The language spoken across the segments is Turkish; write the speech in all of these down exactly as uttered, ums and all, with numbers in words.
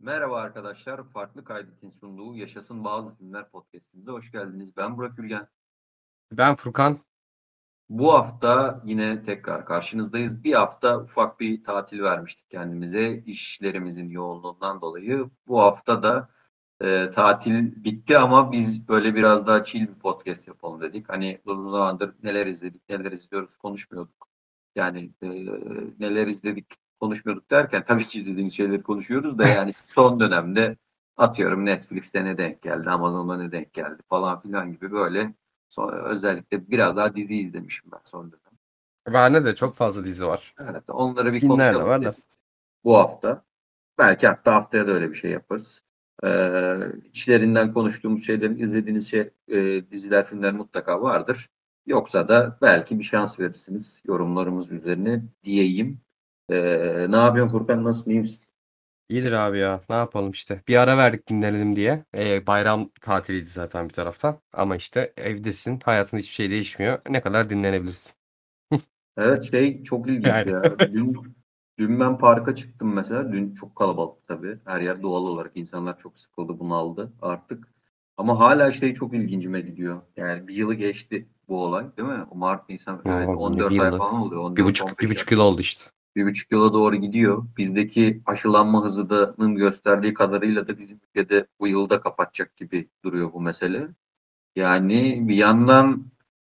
Merhaba arkadaşlar. Farklı Kaydet'in sunduğu Yaşasın Bazı Filmler podcast'imize hoş geldiniz. Ben Burak Ülgen. Ben Furkan. Bu hafta yine tekrar karşınızdayız. Bir hafta ufak bir tatil vermiştik kendimize işlerimizin yoğunluğundan dolayı. Bu hafta da e, tatil bitti ama biz böyle biraz daha chill bir podcast yapalım dedik. Hani uzun zamandır neler izledik, neler izliyoruz konuşmuyorduk. Yani e, neler izledik konuşmuyorduk derken tabii ki izlediğimiz şeyleri konuşuyoruz da yani son dönemde atıyorum Netflix'te ne denk geldi, Amazon'da ne denk geldi falan filan gibi böyle sonra özellikle biraz daha dizi izlemişim ben son dönem. Bende de çok fazla dizi var. Evet, onları bir Filmler de konuşalım var da. dedik bu hafta. Belki hatta haftaya da öyle bir şey yaparız. Ee, içlerinden konuştuğumuz şeylerin izlediğiniz şey, e, diziler, filmler mutlaka vardır. Yoksa da belki bir şans verirsiniz yorumlarımız üzerine diyeyim. Ee, ne yapıyorsun Furkan? Nasılsın? İyi misin? İyidir abi ya. Ne yapalım işte. Bir ara verdik dinlenelim diye. Ee, bayram tatiliydi zaten bir taraftan. Ama işte evdesin. Hayatında hiçbir şey değişmiyor. Ne kadar dinlenebilirsin. Evet şey çok ilginç Yani. ya. Dün, dün ben parka çıktım mesela. Dün çok kalabalıktı tabii. Her yer doğal olarak. İnsanlar çok sıkıldı, bunaldı artık. Ama hala şey çok ilgincime gidiyor. Yani bir yılı geçti bu olay değil mi? O Mart, Nisan, evet Oo, bir on dört ay yılı. falan oluyor. Bir on dört buçuk, bir on beş ay. buçuk yıl oldu işte. Bir buçuk yıla doğru gidiyor. Bizdeki aşılanma hızının gösterdiği kadarıyla da bizim ülkede bu yılda kapatacak gibi duruyor bu mesele. Yani bir yandan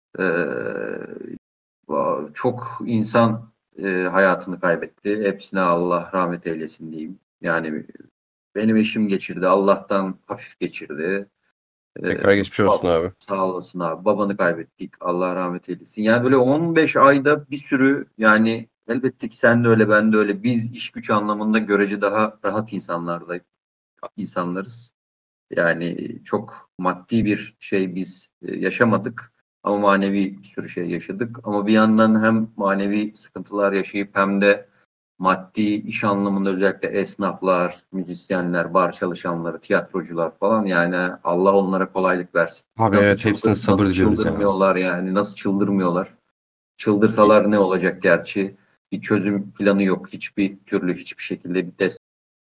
eee, çok insan eee, hayatını kaybetti. Hepsine Allah rahmet eylesin diyeyim. Yani benim eşim geçirdi. Allah'tan hafif geçirdi. Eee, Tekrar geçmiş olsun bab- abi. Sağ olasın abi. Babanı kaybettik. Allah rahmet eylesin. Yani böyle on beş ayda bir sürü yani elbette ki sen de öyle ben de öyle. Biz iş güç anlamında görece daha rahat insanlarda insanlarız. Yani çok maddi bir şey biz e, yaşamadık ama manevi bir sürü şey yaşadık. Ama bir yandan hem manevi sıkıntılar yaşayıp hem de maddi iş anlamında özellikle esnaflar, müzisyenler, bar çalışanları, tiyatrocular falan yani Allah onlara kolaylık versin. Abi Nasıl evet, hepsine çıldır, sabır nasıl diliyoruz ya. çıldırmıyorlar yani nasıl çıldırmıyorlar. Çıldırsalar ne olacak gerçi? Bir çözüm planı yok. Hiçbir türlü hiçbir şekilde bir destek.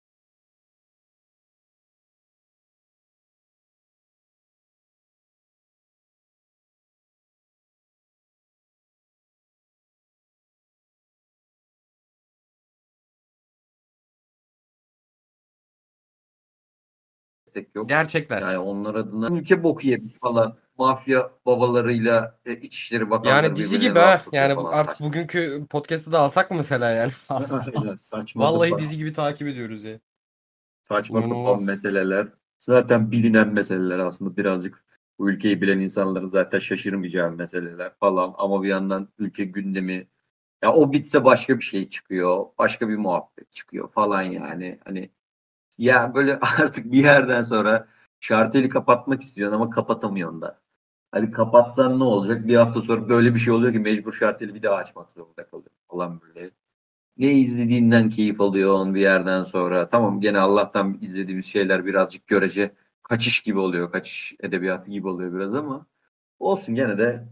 destek yok. Yani Gerçekler. onlar adına ülke boku yemiş falan. Mafya babalarıyla e, İçişleri Yani Bakanları dizi birbirine gibi laf ha. sokuyor Yani bu- falan artık saçma. bugünkü podcast'ı da alsak mı mesela yani? Aynen, saçma Vallahi sapan, dizi gibi takip ediyoruz ya. saçma sapan İnanılmaz. meseleler. Zaten bilinen meseleler aslında birazcık bu ülkeyi bilen insanların zaten şaşırmayacağı meseleler falan. Ama bir yandan ülke gündemi ya o bitse başka bir şey çıkıyor. Başka bir muhabbet çıkıyor falan yani. Hani ya böyle artık bir yerden sonra şarteli kapatmak istiyorsun ama kapatamıyorsun da. Hadi kapatsan ne olacak? Bir hafta sonra böyle bir şey oluyor ki mecbur şarteli bir daha açmak zorunda kalıyor falan böyle. Ne izlediğinden keyif alıyorsun bir yerden sonra. Tamam gene Allah'tan izlediğimiz şeyler birazcık görece kaçış gibi oluyor. Kaçış edebiyatı gibi oluyor biraz ama olsun gene de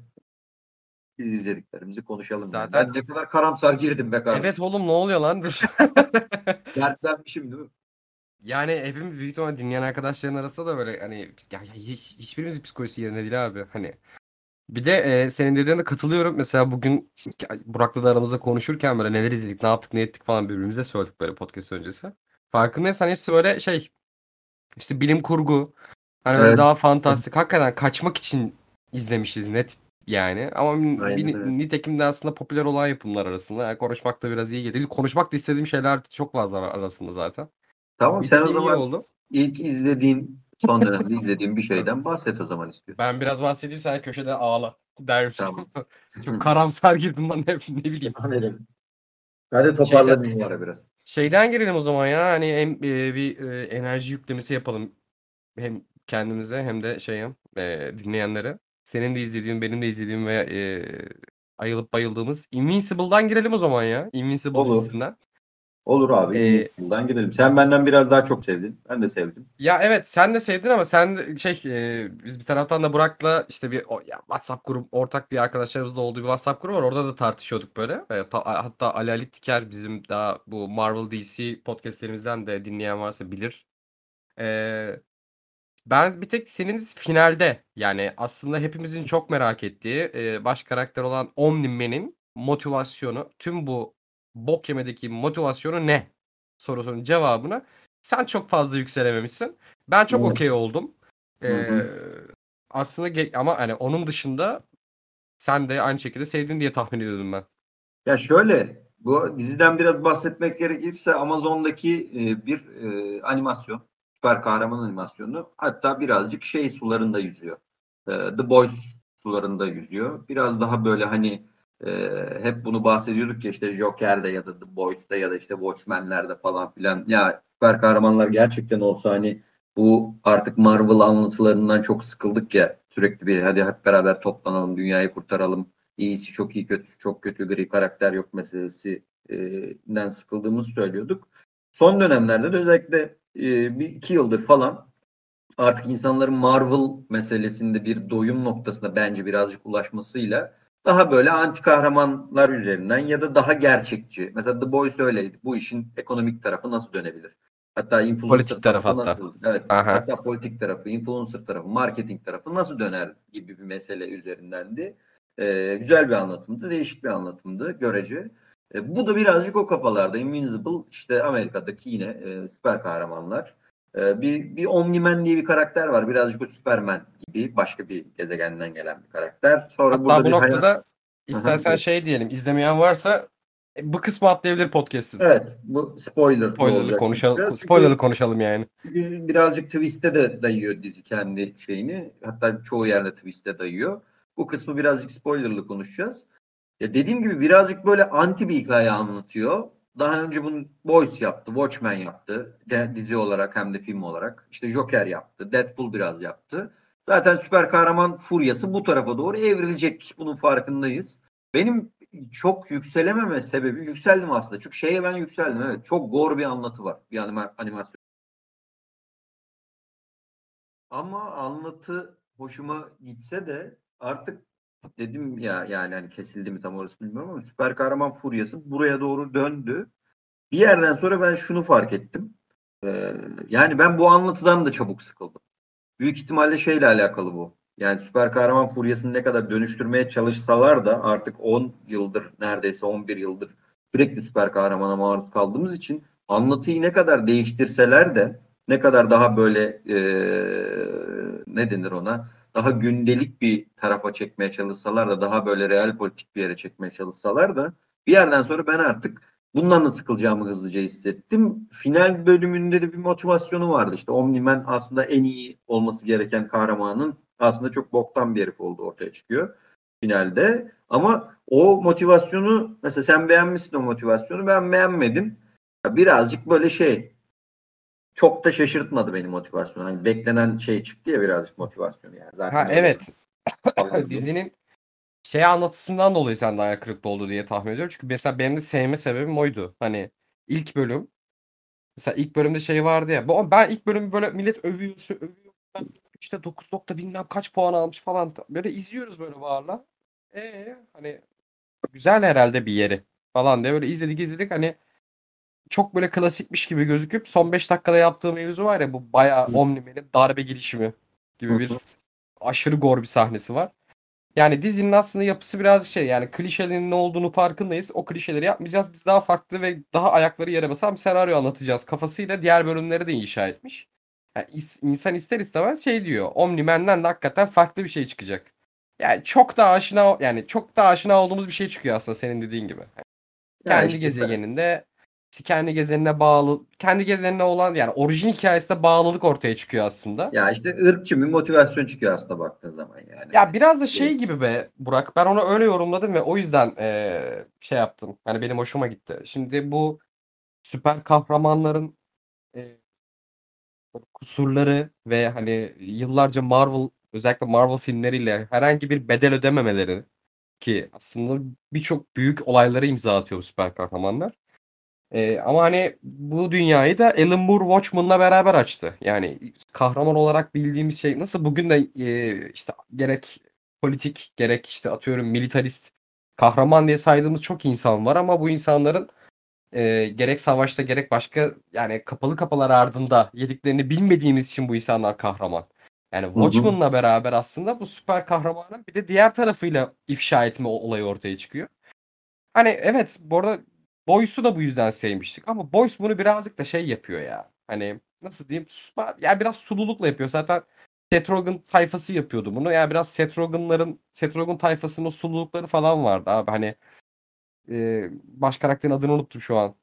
biz izlediklerimizi konuşalım yani. Zaten Ben ne kadar karamsar girdim be evet kardeşim. oğlum, ne oluyor lan? Dur. Dertlenmişim değil mi? Yani hepimiz büyük ihtimalle dinleyen arkadaşların arasında da böyle hani ya, ya hiç, hiçbirimizin psikolojisi yerinde değil abi. Hani bir de e, senin dediğine katılıyorum. Mesela bugün Burak'la da aramızda konuşurken böyle neler izledik, ne yaptık, ne ettik falan birbirimize söyledik böyle podcast öncesi. Farkındaysan hepsi böyle şey, işte bilim kurgu. Hani böyle Evet. daha fantastik. Hakikaten kaçmak için izlemişiz net yani. Ama Aynen bir, öyle. nitekim de aslında popüler olan yapımlar arasında. Yani konuşmak da biraz iyi geliyor. Konuşmak da istediğim şeyler çok fazla var arasında zaten. Tamam sen o Nitekim iyi zaman oldu. ilk izlediğin, son dönemde izlediğin bir şeyden bahset o zaman istiyorsan. Ben biraz bahsedeyim, sen köşede ağla dermişim. Tamam. Çok karamsar girdim lan, ne, ne bileyim. Devam edelim. Hadi Şeyden, toparla bu ara biraz. şeyden girelim o zaman ya. Hani hem e, bir e, enerji yüklemesi yapalım. Hem kendimize hem de şeye, e, dinleyenlere. Senin de izlediğin, benim de izlediğim ve e, ayılıp bayıldığımız Invincible'dan girelim o zaman ya. Invincible Olur. dizisinden. Olur abi, Ee, Invincible'dan girelim. Sen benden biraz daha çok sevdin. Ben de sevdim. Ya evet sen de sevdin ama sen de şey e, biz bir taraftan da Burak'la işte bir o, ya WhatsApp grup ortak bir arkadaşlarımızla olduğu bir WhatsApp grubu var. Orada da tartışıyorduk böyle. E, ta- hatta Ali Ali Tiker bizim daha bu Marvel D C podcastlerimizden de dinleyen varsa bilir. E, Ben bir tek senin finalde yani aslında hepimizin çok merak ettiği e, baş karakter olan Omni-Man'in motivasyonu tüm bu bok yemedeki motivasyonu ne sorusunun cevabını sen çok fazla yükselememişsin. Ben çok Evet. okey oldum. Hı E, hı. Aslında ge- ama hani onun dışında sen de aynı şekilde sevdin diye tahmin ediyordum ben. Ya şöyle, bu diziden biraz bahsetmek gerekirse Amazon'daki e, bir e, animasyon, süper kahraman animasyonu. Hatta birazcık şey sularında yüzüyor. E, The Boys sularında yüzüyor. Biraz daha böyle hani e, hep bunu bahsediyorduk ya, işte Joker'de ya da The Boys'ta ya da işte Watchmen'lerde falan filan. Ya süper kahramanlar gerçekten olsa hani, bu artık Marvel anlatılarından çok sıkıldık ya, sürekli bir hadi hep beraber toplanalım, dünyayı kurtaralım, İyisi çok iyi, kötüsü çok kötü, gri karakter yok meselesinden sıkıldığımızı söylüyorduk. Son dönemlerde de özellikle e, bir iki yıldır falan artık insanların Marvel meselesinde bir doyum noktasına bence birazcık ulaşmasıyla daha böyle anti kahramanlar üzerinden ya da daha gerçekçi. Mesela The Boys öyleydi. Bu işin ekonomik tarafı nasıl dönebilir? Hatta influencer Politik taraf tarafı hatta. nasıl? Evet. Aha. Hatta politik tarafı, influencer tarafı, marketing tarafı nasıl döner gibi bir mesele üzerindendi. Ee, güzel bir anlatımdı, değişik bir anlatımdı görece. E, bu da birazcık o kafalarda. Invincible işte Amerika'daki yine e, süper kahramanlar. Ee, bir, bir Omni-Man diye bir karakter var. Birazcık o Superman gibi başka bir gezegenden gelen bir karakter. Sonra Hatta burada bu bir hayat... noktada Aha, istersen şey diyelim izlemeyen varsa e, bu kısmı atlayabilir podcast'in. evet, bu spoilerlı Spoilerlı olacak konuşalım. çünkü. Spoilerlı Çünkü, konuşalım yani. çünkü birazcık twist'e de dayıyor dizi kendi şeyini. Hatta çoğu yerde twist'e dayıyor. Bu kısmı birazcık spoilerlı konuşacağız. Ya dediğim gibi birazcık böyle anti bir hikaye anlatıyor. Daha önce bunu Boys yaptı, Watchmen yaptı. De, dizi olarak hem de film olarak. İşte Joker yaptı, Deadpool biraz yaptı. Zaten süper kahraman furyası bu tarafa doğru evrilecek. Bunun farkındayız. Benim çok yükselememe sebebi, yükseldim aslında. Çünkü şeye ben yükseldim. Evet, çok gore bir anlatı var. Bir anima, animasyon. Ama anlatı hoşuma gitse de artık dedim ya, yani hani kesildi mi tam orası bilmiyorum ama süper kahraman furyası buraya doğru döndü. Bir yerden sonra ben şunu fark ettim. Ee, yani ben bu anlatıdan da çabuk sıkıldım. Büyük ihtimalle şeyle alakalı bu. Yani süper kahraman furyasını ne kadar dönüştürmeye çalışsalar da artık on yıldır, neredeyse on bir yıldır sürekli süper kahramana maruz kaldığımız için anlatıyı ne kadar değiştirseler de, ne kadar daha böyle e, ne denir ona, daha gündelik bir tarafa çekmeye çalışsalar da, daha böyle real politik bir yere çekmeye çalışsalar da bir yerden sonra ben artık bundan da sıkılacağımı hızlıca hissettim. Final bölümünde de bir motivasyonu vardı. İşte Omni-Man aslında en iyi olması gereken kahramanın aslında çok boktan bir herif olduğu ortaya çıkıyor finalde. Ama o motivasyonu, mesela sen beğenmişsin o motivasyonu, ben beğenmedim. Birazcık böyle şey, çok da şaşırtmadı beni motivasyon. Hani beklenen şey çıktı ya birazcık motivasyonu, yani Ha zaten öyle evet. falan diye. Dizinin şey anlatısından dolayı sen de ayak kırıklığı oldu diye tahmin ediyorum. Çünkü mesela benim de sevme sebebim oydu. Hani ilk bölüm mesela ilk bölümde şey vardı ya. Bu, ben ilk bölümü böyle millet övüyor, övüyor. Ben işte dokuz nokta bilmem kaç puan almış falan. Böyle izliyoruz böyle bağırla. E hani güzel herhalde bir yeri falan diye böyle izledik izledik. Hani çok böyle klasikmiş gibi gözüküp son beş dakikada yaptığı mevzu var ya bu bayağı Omnimen'in darbe girişimi gibi bir aşırı gore bir sahnesi var. Yani dizinin aslında yapısı biraz şey yani klişelerin ne olduğunu farkındayız. O klişeleri yapmayacağız. Biz daha farklı ve daha ayakları yere basan bir senaryo anlatacağız kafasıyla diğer bölümleri de inşa etmiş. Yani is- insan ister istemez şey diyor. Omni-Man'den de hakikaten farklı bir şey çıkacak. Yani çok da aşina yani çok da aşina olduğumuz bir şey çıkıyor aslında senin dediğin gibi. Ya Kendi işte ben, gezegeninde kendi gezegenine bağlı kendi gezegenine olan yani orijin hikayesinde bağlılık ortaya çıkıyor aslında. ya işte ırkçı bir motivasyon çıkıyor aslında baktığın zaman yani. Ya Hani biraz da şey şey, gibi be Burak. Ben onu öyle yorumladım ve o yüzden eee, şey yaptım. Hani benim hoşuma gitti. Şimdi bu süper kahramanların eee, kusurları ve hani yıllarca Marvel özellikle Marvel filmleriyle herhangi bir bedel ödememeleri ki aslında birçok büyük olaylara imza atıyor bu süper kahramanlar. Eee, ama hani bu dünyayı da Alan Moore Watchmen'la beraber açtı. Yani kahraman olarak bildiğimiz şey nasıl bugün de eee, işte gerek politik gerek işte atıyorum militarist kahraman diye saydığımız çok insan var ama bu insanların eee, gerek savaşta gerek başka yani kapalı kapılar ardında yediklerini bilmediğimiz için bu insanlar kahraman. Yani Hı hı. Watchmen'la beraber aslında bu süper kahramanın bir de diğer tarafıyla ifşa etme olayı ortaya çıkıyor. Hani evet bu arada Boys'u da bu yüzden sevmiştik ama Boys bunu birazcık da şey yapıyor ya. Hani nasıl diyeyim? Susma, ya biraz sululukla yapıyor. Zaten Seth Rogen tayfası yapıyordu bunu. Ya biraz Seth Rogen'ların Seth Rogen tayfasının o sululukları falan vardı abi. Hani e, baş karakterin adını unuttum şu an.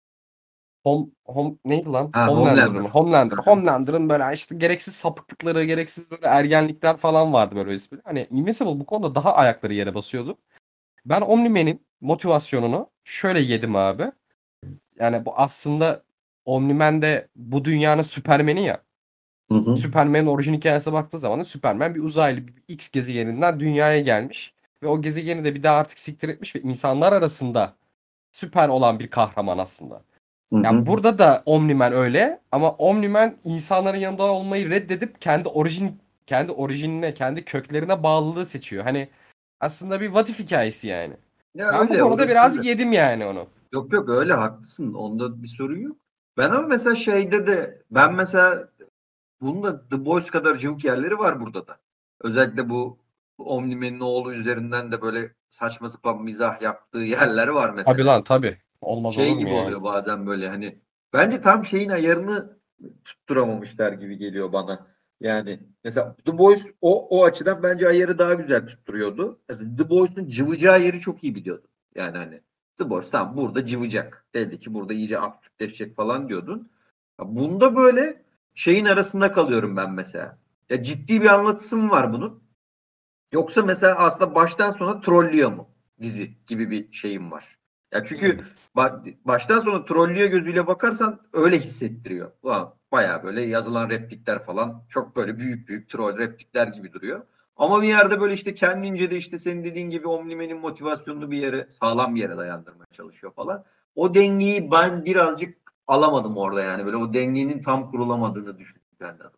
Home, home neydi lan? Ha, Homelander mı? Homelander. Homelander. Hı hı. Homelander'ın böyle işte gereksiz sapıklıkları, gereksiz böyle ergenlikler falan vardı böyle espri. Hani Invincible bu konuda daha ayakları yere basıyordu. Ben Omni-Man'in motivasyonunu şöyle yedim abi. Yani bu aslında Omni-Man de bu dünyanın Süpermen'i ya. Hı hı. Süpermen'in orijin hikayesine baktığı zaman da Süpermen bir uzaylı bir X gezegeninden dünyaya gelmiş. Ve o gezegeni de bir daha artık siktir etmiş ve insanlar arasında süper olan bir kahraman aslında. Hı Ya hı. burada da Omni-Man öyle ama Omni-Man insanların yanında olmayı reddedip kendi orijin kendi orijinine, kendi köklerine bağlılığı seçiyor. Hani aslında bir what if hikayesi yani. Ya Ben bu öyle, konuda orası birazcık öyle. yedim yani onu. Yok yok, öyle haklısın. Onda bir sorun yok. Ben ama mesela şeyde de ben mesela bunun da The Boys kadar cıvık yerleri var burada da. Özellikle bu Omnimen'in oğlu üzerinden de böyle saçma sapan mizah yaptığı yerler var Tabii mesela. lan tabii. Olmaz Şey olur mu gibi yani? oluyor bazen böyle, hani bence tam şeyin ayarını tutturamamışlar gibi geliyor bana. Yani mesela The Boys o, o açıdan bence ayarı daha güzel tutturuyordu. Mesela The Boys'un cıvıcağı yeri çok iyi biliyordu. Yani hani The Boys tamam burada cıvıcak. Belli ki burada iyice absürtleşecek falan diyordun. Ya bunda böyle şeyin arasında kalıyorum ben mesela. Ya ciddi bir anlatısı mı var bunun? Yoksa mesela aslında baştan sona trollüyor mu dizi gibi bir şeyim var. Ya çünkü ba- baştan sona trollüyor gözüyle bakarsan öyle hissettiriyor. Ulan bayağı böyle yazılan replikler falan çok böyle büyük büyük troll replikler gibi duruyor. Ama bir yerde böyle işte kendince de işte senin dediğin gibi Omnimen'in motivasyonunu bir yere, sağlam bir yere dayandırmaya çalışıyor falan. O dengeyi ben birazcık alamadım orada yani. Böyle o dengenin tam kurulamadığını düşündüm ben de.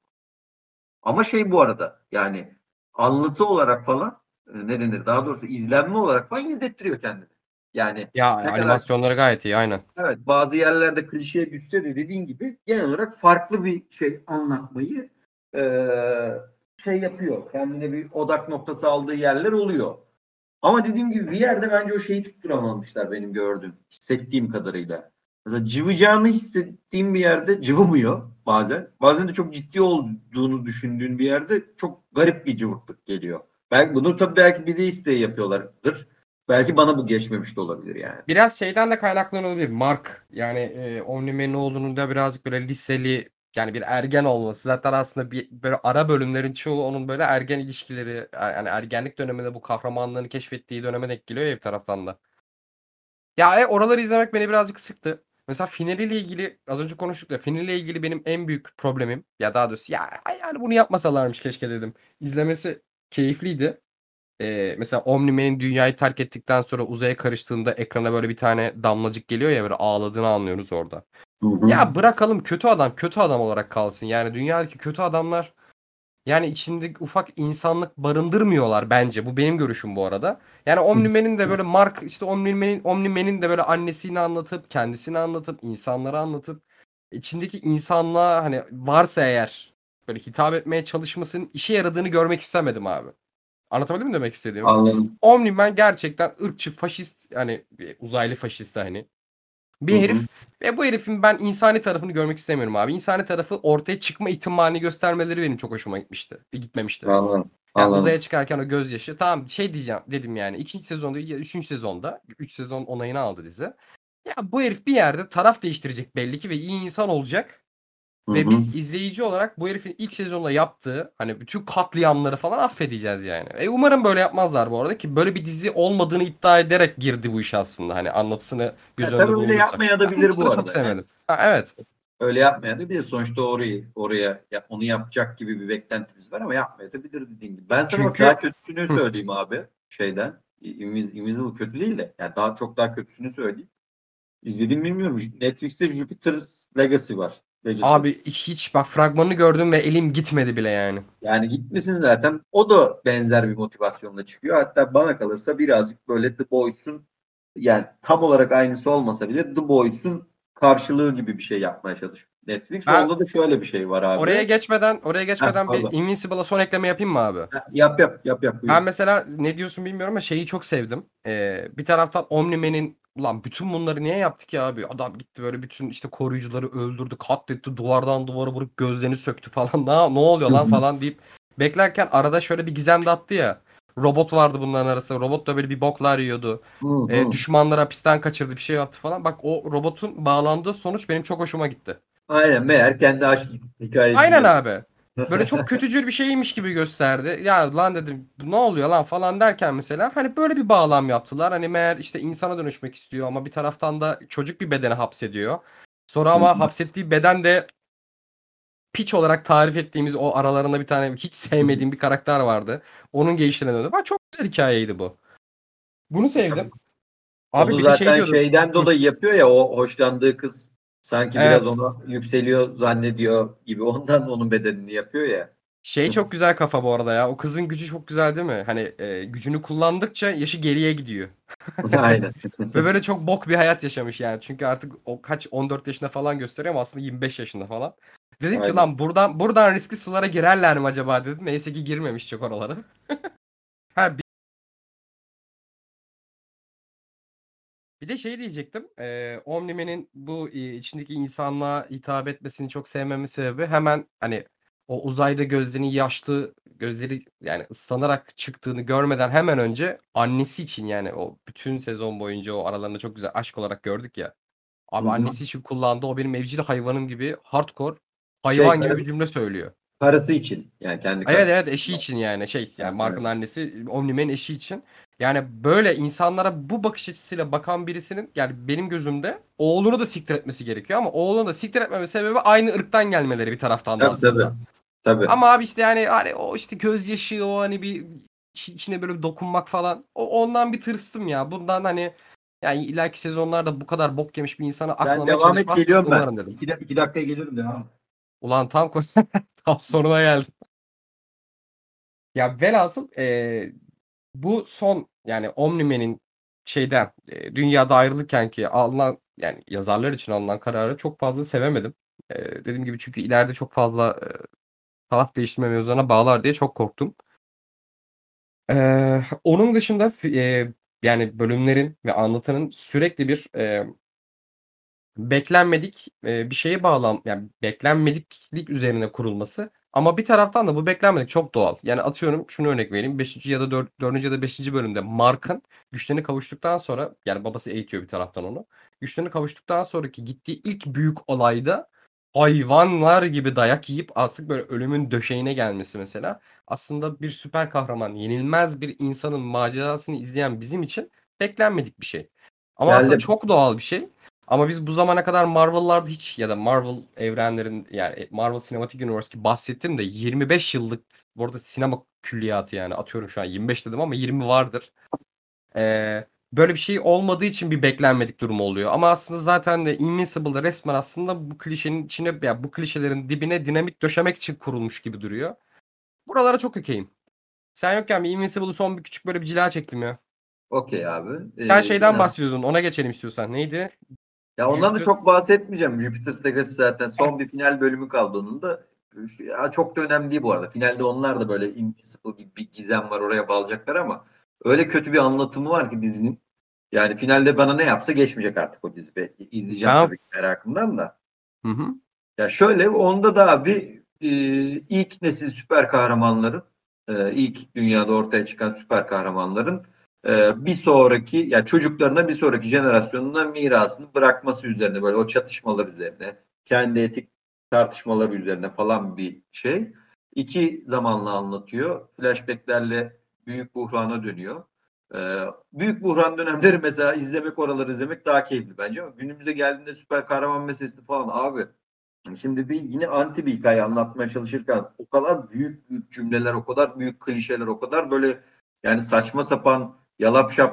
Ama şey bu arada yani anlatı olarak falan e, ne denir? Daha doğrusu izlenme olarak falan izlettiriyor kendini. Yani Ya ne kadar animasyonları gayet iyi aynen. evet bazı yerlerde klişeye düşse de dediğin gibi genel olarak farklı bir şey anlatmayı e, şey yapıyor. Kendine bir odak noktası aldığı yerler oluyor. Ama dediğim gibi bir yerde bence o şeyi tutturamamışlar benim gördüğüm, hissettiğim kadarıyla. Mesela cıvıcağını hissettiğim bir yerde cıvımıyor bazen. Bazen de çok ciddi olduğunu düşündüğün bir yerde çok garip bir cıvıklık geliyor. Belki bunu tabii belki bir de isteği yapıyorlardır. Belki bana bu geçmemiş de olabilir yani. Biraz şeyden de kaynaklanabilir. Mark yani e, Omni-Man'in da birazcık böyle liseli yani bir ergen olması. Zaten aslında bir böyle ara bölümlerin çoğu onun böyle ergen ilişkileri yani ergenlik döneminde bu kahramanlığını keşfettiği döneme denk geliyor ya bir taraftan da. Ya e, oraları izlemek beni birazcık sıktı. Mesela finaliyle ilgili az önce konuştuk ya finaliyle ilgili benim en büyük problemim ya daha doğrusu ya yani bunu yapmasalarmış keşke dedim. İzlemesi keyifliydi. Ee, mesela Omni-Man'in dünyayı terk ettikten sonra uzaya karıştığında ekrana böyle bir tane damlacık geliyor ya böyle ağladığını anlıyoruz orada. Hı hı. Ya bırakalım kötü adam kötü adam olarak kalsın. Yani dünyadaki kötü adamlar yani içinde ufak insanlık barındırmıyorlar bence. Bu benim görüşüm bu arada. Yani Omni-Man'in de böyle Mark işte Omni-Man'in Omni-Man'in de böyle annesini anlatıp kendisini anlatıp insanları anlatıp içindeki insanlığa hani varsa eğer böyle hitap etmeye çalışmasının işe yaradığını görmek istemedim abi. Anlatabildim mi demek istediğimi? Anladım. Omni-Man gerçekten ırkçı, faşist yani bir uzaylı faşist hani. Hı Bir hı. herif ve bu herifin ben insani tarafını görmek istemiyorum abi. İnsani tarafı ortaya çıkma ihtimalini göstermeleri benim çok hoşuma gitmişti. E, Gitmemişti. Anladım. Ya uzaya Anladım. çıkarken o gözyaşı. Tamam şey diyeceğim dedim yani. İkinci sezonda ya üçüncü sezonda. Üç sezon onayını aldı dizi. Ya bu herif bir yerde taraf değiştirecek belli ki ve iyi insan olacak. Hı Ve hı. biz izleyici olarak bu herifin ilk sezonda yaptığı hani bütün katliamları falan affedeceğiz yani. E umarım böyle yapmazlar bu arada ki böyle bir dizi olmadığını iddia ederek girdi bu iş aslında. Hani anlatısını göz Ya, tabii önünde öyle bulundursak. yapmaya da Ben bilir bu bunları çok arada yani. sevmedim. Ha, evet. Öyle yapmaya da bilir. Sonuçta orayı oraya ya, onu yapacak gibi bir beklentimiz var ama yapmaya da bilir dediğin gibi. Ben sana bak daha Çünkü kötüsünü hı, söyleyeyim abi şeyden. Invis- Invisible kötü değil de yani daha çok daha kötüsünü söyleyeyim. İzledim bilmiyorum. Netflix'te Jupiter Legacy var. Legacy. Abi hiç bak fragmanını gördüm ve elim gitmedi bile yani. Yani gitmesin zaten. O da benzer bir motivasyonla çıkıyor. Hatta bana kalırsa birazcık böyle The Boys'un, yani tam olarak aynısı olmasa bile The Boys'un karşılığı gibi bir şey yapmaya çalışıyor Netflix. Ben Onda da şöyle bir şey var abi. oraya geçmeden oraya Heh, geçmeden bir pardon. Invincible'a son ekleme yapayım mı abi? Heh, yap yap yap yap Ben buyur. mesela ne diyorsun bilmiyorum ama şeyi çok sevdim. Ee, bir taraftan Omni-Man'in ulan bütün bunları niye yaptık ya abi? Adam gitti böyle bütün işte koruyucuları öldürdü, katletti, duvardan duvara vurup gözlerini söktü falan. Ne, ne oluyor Hı lan hı. falan deyip beklerken arada şöyle bir gizem de attı ya. Robot vardı bunların arasında. Robot da böyle bir boklar yiyordu. Hı Ee, hı. düşmanları hapisten kaçırdı bir şey yaptı falan. Bak o robotun bağlandığı sonuç benim çok hoşuma gitti. Aynen, meğer kendi aşk Aynen hikayesini. abi. Böyle çok kötücül bir şeymiş gibi gösterdi. Ya lan dedim ne oluyor lan falan derken mesela hani böyle bir bağlam yaptılar. Hani meğer işte insana dönüşmek istiyor ama bir taraftan da çocuk bir bedene hapsediyor. Sonra Hı hı. ama hapsettiği beden de piç olarak tarif ettiğimiz o aralarında bir tane hiç sevmediğim bir karakter vardı. Onun gelişlerine döndü. Bak çok güzel hikayeydi bu. Bunu sevdim. Onu Abi bir de şey zaten diyordum. şeyden Hı, dolayı yapıyor ya, o hoşlandığı kız sanki biraz evet. ona yükseliyor zannediyor gibi, ondan onun bedenini yapıyor ya. Şey çok güzel kafa bu arada ya. O kızın gücü çok güzel değil mi? Hani e, gücünü kullandıkça yaşı geriye gidiyor. Aynen. Ve böyle çok bok bir hayat yaşamış yani. Çünkü artık o kaç on dört yaşında falan gösteriyor ama aslında yirmi beş yaşında falan. Dedim ki Aynen. lan buradan buradan riskli sulara girerler mi acaba dedim. Neyse ki girmemiş çok oralara. Ha bir, bir de şey diyecektim. E, Omni-Man'in bu e, içindeki insanlığa hitap etmesini çok sevmemin sebebi hemen hani o uzayda gözlerini yaşlı gözleri yani ıslanarak çıktığını görmeden hemen önce annesi için yani o bütün sezon boyunca o aralarında çok güzel aşk olarak gördük ya. Hı Abi hı. annesi için kullandığı o benim evcil hayvanım gibi hardcore Şey hayvan gibi kar- bir cümle söylüyor. karısı için, yani kendi Evet karısı. evet eşi için yani şey yani Ha, Mark'ın evet. annesi Omni-Man'in eşi için. Yani böyle insanlara bu bakış açısıyla bakan birisinin yani benim gözümde oğlunu da siktir etmesi gerekiyor ama oğlunu da siktir etmeme sebebi aynı ırktan gelmeleri bir taraftan da Tabii tabii. aslında. Tabii. Ama abi işte yani hani o işte gözyaşı o hani bir iç- içine böyle bir dokunmak falan o ondan bir tırstım ya. Bundan hani yani ileriki sezonlarda bu kadar bok yemiş bir insana Sen aklamaya devam et, çalışmaz ki geliyorum ben. umarım dedim. İki, iki dakikaya geliyorum, devam et. Ulan tam ko- tam sonuna geldim. Ya velhasıl e, bu son yani Omni-Man'in şeyden e, dünyada ayrılırken ki alınan yani yazarlar için alınan kararı çok fazla sevemedim. E, dediğim gibi çünkü ileride çok fazla e, taraf değiştirme mevzularına bağlar diye çok korktum. E, onun dışında fi- e, yani bölümlerin ve anlatının sürekli bir e, beklenmedik e, bir şeye bağlan yani beklenmediklik üzerine kurulması ama bir taraftan da bu beklenmedik çok doğal. Yani atıyorum şunu örnek vereyim. Beşinci ya da dört dördüncü ya da beşinci bölümde Mark'ın güçlerini kavuştuktan sonra yani babası eğitiyor bir taraftan onu. Güçlerini kavuştuktan sonraki gittiği ilk büyük olayda hayvanlar gibi dayak yiyip aslında böyle ölümün döşeğine gelmesi mesela aslında bir süper kahraman, yenilmez bir insanın macerasını izleyen bizim için beklenmedik bir şey. Ama aslında Geldim. çok doğal bir şey. Ama biz bu zamana kadar Marvel'larda hiç ya da Marvel evrenlerin yani Marvel Cinematic Universe ki bahsettim de yirmi beş yıllık bu arada sinema külliyatı yani atıyorum şu an yirmi beş dedim ama yirmi vardır. Ee, böyle bir şey olmadığı için bir beklenmedik durum oluyor. Ama aslında zaten de Invincible'da resmen aslında bu klişenin içine ya bu klişelerin dibine dinamit döşemek için kurulmuş gibi duruyor. Buralara çok okeyim. Sen yokken bir Invincible'ı son bir küçük böyle bir cila çektim ya. Okey abi. Sen Ee, şeyden yani, bahsediyordun. Ona geçelim istiyorsan. Neydi? ya ondan da Jupiter. çok bahsetmeyeceğim. Jupiter Legacy zaten son bir final bölümü kaldı onun da. Ya çok da önemli değil bu arada. Finalde onlar da böyle Invincible gibi bir gizem var, oraya bağlayacaklar ama öyle kötü bir anlatımı var ki dizinin. Yani finalde bana ne yapsa geçmeyecek artık o dizi. Be. İzleyeceğim Ben tabii ki merakımdan da. hı hı. Ya şöyle, onda da abi e, ilk nesil süper kahramanların, e, ilk dünyada ortaya çıkan süper kahramanların e, bir sonraki, ya çocuklarına bir sonraki jenerasyonuna mirasını bırakması üzerine, böyle o çatışmalar üzerine, kendi etik tartışmaları üzerine falan bir şey. İki zamanla anlatıyor. Flashbacklerle büyük buhrana dönüyor. E, büyük buhran dönemleri mesela izlemek, oraları izlemek daha keyifli bence, ama günümüze geldiğinde süper kahraman meselesi falan abi. Şimdi bir yine anti bir hikaye anlatmaya çalışırken o kadar büyük büyük cümleler, o kadar büyük klişeler, o kadar böyle yani saçma sapan yalap şap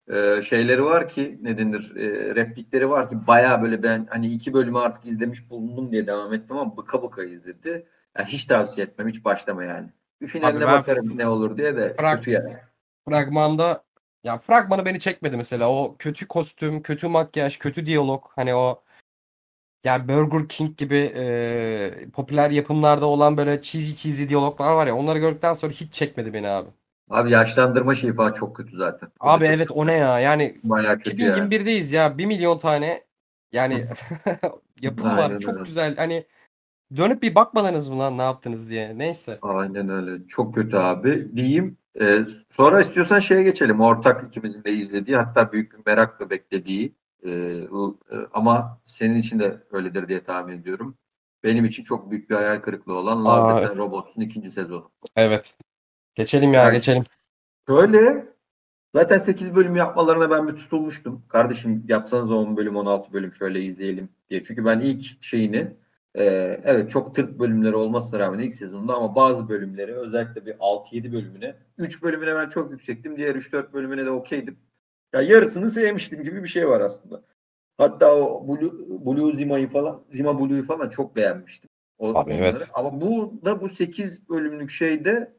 e, şeyleri var ki ne denir e, replikleri var ki bayağı böyle ben hani iki bölümü artık izlemiş bulundum diye devam ettim ama bıka bıka izledi. Yani hiç tavsiye etmem. Hiç başlama yani. Bir Abi finaline ben f- bakarım ne olur diye de frag, kötü yani. fragmanda ya fragmanı beni çekmedi mesela. O kötü kostüm, kötü makyaj, kötü diyalog. Hani o yani Burger King gibi e, popüler yapımlarda olan böyle cheesy cheesy diyaloglar var ya. Onları gördükten sonra hiç çekmedi beni abi. Abi yaşlandırma şeyi falan çok kötü zaten. O da Abi çok evet o ne kötü. ya? Yani Bayağı kötü yani. iki bin yirmi birdeyiz ya. Bir milyon tane yani yapım var. Aynen Çok öyle. güzel. Hani dönüp bir bakmadınız mı lan ne yaptınız diye. Neyse. Aynen öyle. Çok kötü abi. Diyeyim. Ee, sonra istiyorsan şeye geçelim. Ortak ikimizin de izlediği hatta büyük bir merakla beklediği e, o, e, ama senin için de öyledir diye tahmin ediyorum. Benim için çok büyük bir hayal kırıklığı olan Love, Death Aa, and Robots'un ikinci sezonu. evet. Geçelim ya Yani geçelim. şöyle zaten sekiz bölüm yapmalarına ben bir tutulmuştum. Kardeşim yapsanız on bölüm on altı bölüm şöyle izleyelim diye. Çünkü ben ilk şeyini e, evet çok tırt bölümleri olmasına rağmen ilk sezonunda ama bazı bölümleri özellikle bir altı yedi bölümüne üç bölümüne ben çok yüksektim. Diğer üç dört bölümüne de okeydim. Ya yarısını sevmiştim gibi bir şey var aslında. Hatta o Blue, Blue Zima'yı falan Zima Blue'yu falan çok beğenmiştim. O, Abi onları. evet. Ama bu da bu sekiz bölümlük şeyde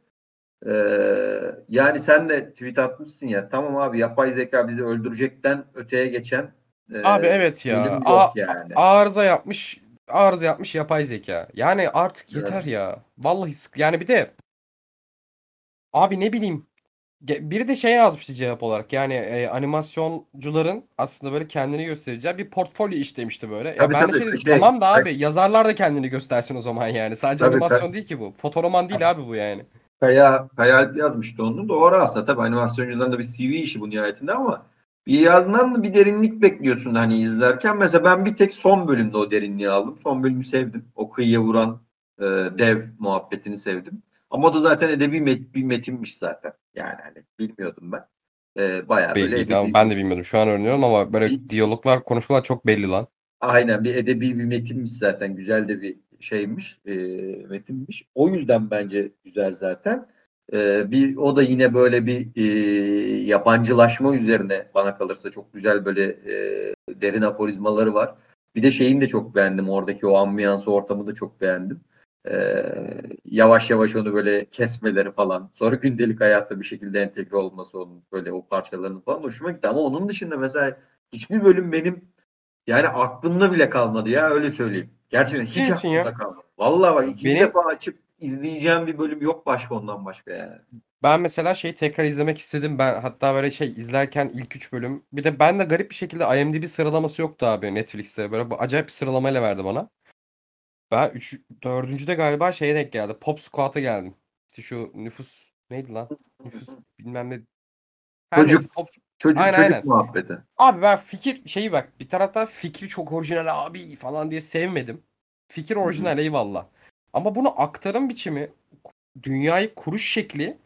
ee, yani sen de tweet atmışsın ya tamam abi yapay zeka bizi öldürecekten öteye geçen Abi e, evet ya. bölüm A yok yani. arıza yapmış. Arıza yapmış yapay zeka. Yani artık Evet. yeter ya. Vallahi sık. Yani bir de abi ne bileyim. Ge- Biri de şey yazmıştı cevap olarak. Yani e, animasyoncuların aslında böyle kendini göstereceği bir portfolyo işlemişti böyle. Ya Tabii ben de tabii şey dedim şey tamam da abi yazarlar da kendini göstersin o zaman yani. Sadece tabii animasyon değil ki bu. Fotoroman değil abi bu yani. Kaya, Kaya Alp yazmıştı onu. Doğru aslında tabii animasyoncuların da bir C V işi bu nihayetinde ama bir yazından da bir derinlik bekliyorsun hani izlerken. Mesela ben bir tek son bölümde o derinliği aldım. Son bölümü sevdim. O kıyıya vuran e, dev muhabbetini sevdim. Ama o da zaten edebi met, bir metinmiş zaten. Yani hani bilmiyordum ben. E, bayağı böyle Belliydi ama edebi ben bir, de bilmiyordum. Şu an öğreniyorum ama böyle bir diyaloglar, konuşmalar çok belli lan. aynen bir edebi bir metinmiş zaten. Güzel de bir şeymiş, e, metinmiş. O yüzden bence güzel zaten. E, bir o da yine böyle bir e, yabancılaşma üzerine bana kalırsa çok güzel böyle e, derin aforizmaları var. Bir de şeyini de çok beğendim. Oradaki o ambiyansı, ortamı da çok beğendim. E, yavaş yavaş onu böyle kesmeleri falan. Sonra gündelik hayatta bir şekilde entegre olması onun böyle o parçalarının falan hoşuma gitti. Ama onun dışında mesela hiçbir bölüm benim yani aklımda bile kalmadı ya öyle söyleyeyim. Gerçekten Ciddi hiç misin ya? aklımda kalmadı. Vallahi bak ikinci Benim defa açıp izleyeceğim bir bölüm yok başka ondan başka yani. ben mesela şeyi tekrar izlemek istedim. Ben hatta böyle şey izlerken ilk üç bölüm. Bir de ben de garip bir şekilde IMDb sıralaması yoktu abi Netflix'te. Böyle bu acayip bir sıralamayla verdi bana. Ben üç, dördüncüde galiba şeye denk geldi. Pop Squad'a geldim. İşte şu nüfus neydi lan? Nüfus bilmem ne. Her neyse Çocuk Pop. çocuk Aynen çocuk aynen. muhabbeti. Abi ben fikir şeyi bak bir taraftan fikri çok orijinal abi falan diye sevmedim. Fikir Hı hı. orijinal eyvallah. Ama bunu aktarım biçimi, dünyayı kuruş şekli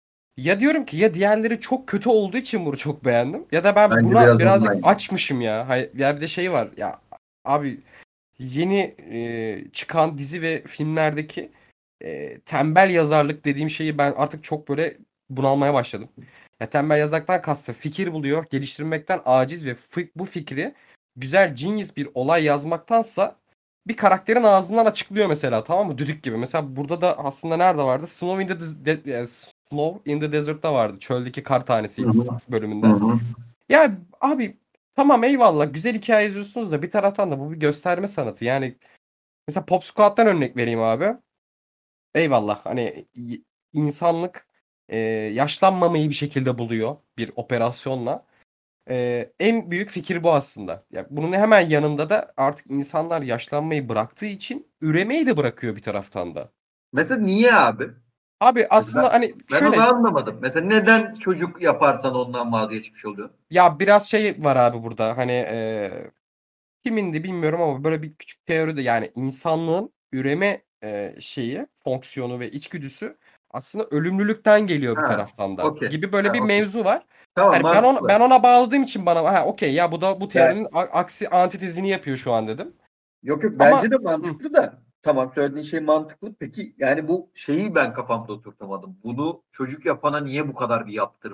ya diyorum ki ya diğerleri çok kötü olduğu için bunu çok beğendim ya da ben Bence buna biraz birazcık ondan gibi. açmışım ya. Hay- Ya bir de şey var ya abi yeni e, çıkan dizi ve filmlerdeki e, tembel yazarlık dediğim şeyi ben artık çok böyle bunalmaya başladım. Ya tembel yazarlıktan kastım fikir buluyor, geliştirmekten aciz ve fi- bu fikri güzel genius bir olay yazmaktansa bir karakterin ağzından açıklıyor mesela tamam mı? Düdük gibi. Mesela burada da aslında nerede vardı? Snow in the, Des- De- yani Snow in the Desert'ta vardı. Çöldeki kar tanesi Hı ilk hı. Hı bölümünde. hı. Ya abi tamam eyvallah güzel hikaye yazıyorsunuz da bir taraftan da bu bir gösterme sanatı. Yani mesela Pop Squad'dan örnek vereyim abi. Eyvallah hani y- insanlık e, yaşlanmamayı bir şekilde buluyor bir operasyonla. E, en büyük fikir bu aslında. Ya bunun hemen yanında da artık insanlar yaşlanmayı bıraktığı için üremeyi de bırakıyor bir taraftan da. Mesela niye abi? Abi Mesela ben, aslında hani ben onu şöyle anlamadım. Mesela neden çocuk yaparsan ondan vazgeçmiş oluyor? ya biraz şey var abi burada hani e, kimindi bilmiyorum ama böyle bir küçük teoride yani insanlığın üreme e, şeyi, fonksiyonu ve içgüdüsü aslında ölümlülükten geliyor bir Ha, taraftan da okey. gibi böyle Ha, bir okey. mevzu var. Tamam Hani ben ona ben mantıklı. ona bağladığım için bana ha okey ya bu da bu Ben, teorinin a- aksi antitezini yapıyor şu an dedim. Yok yok bence Ama de hı, mantıklı da tamam söylediğin şey mantıklı. Peki yani bu şeyi ben kafamda oturtamadım. Bunu çocuk yapana niye bu kadar bir yaptırım var?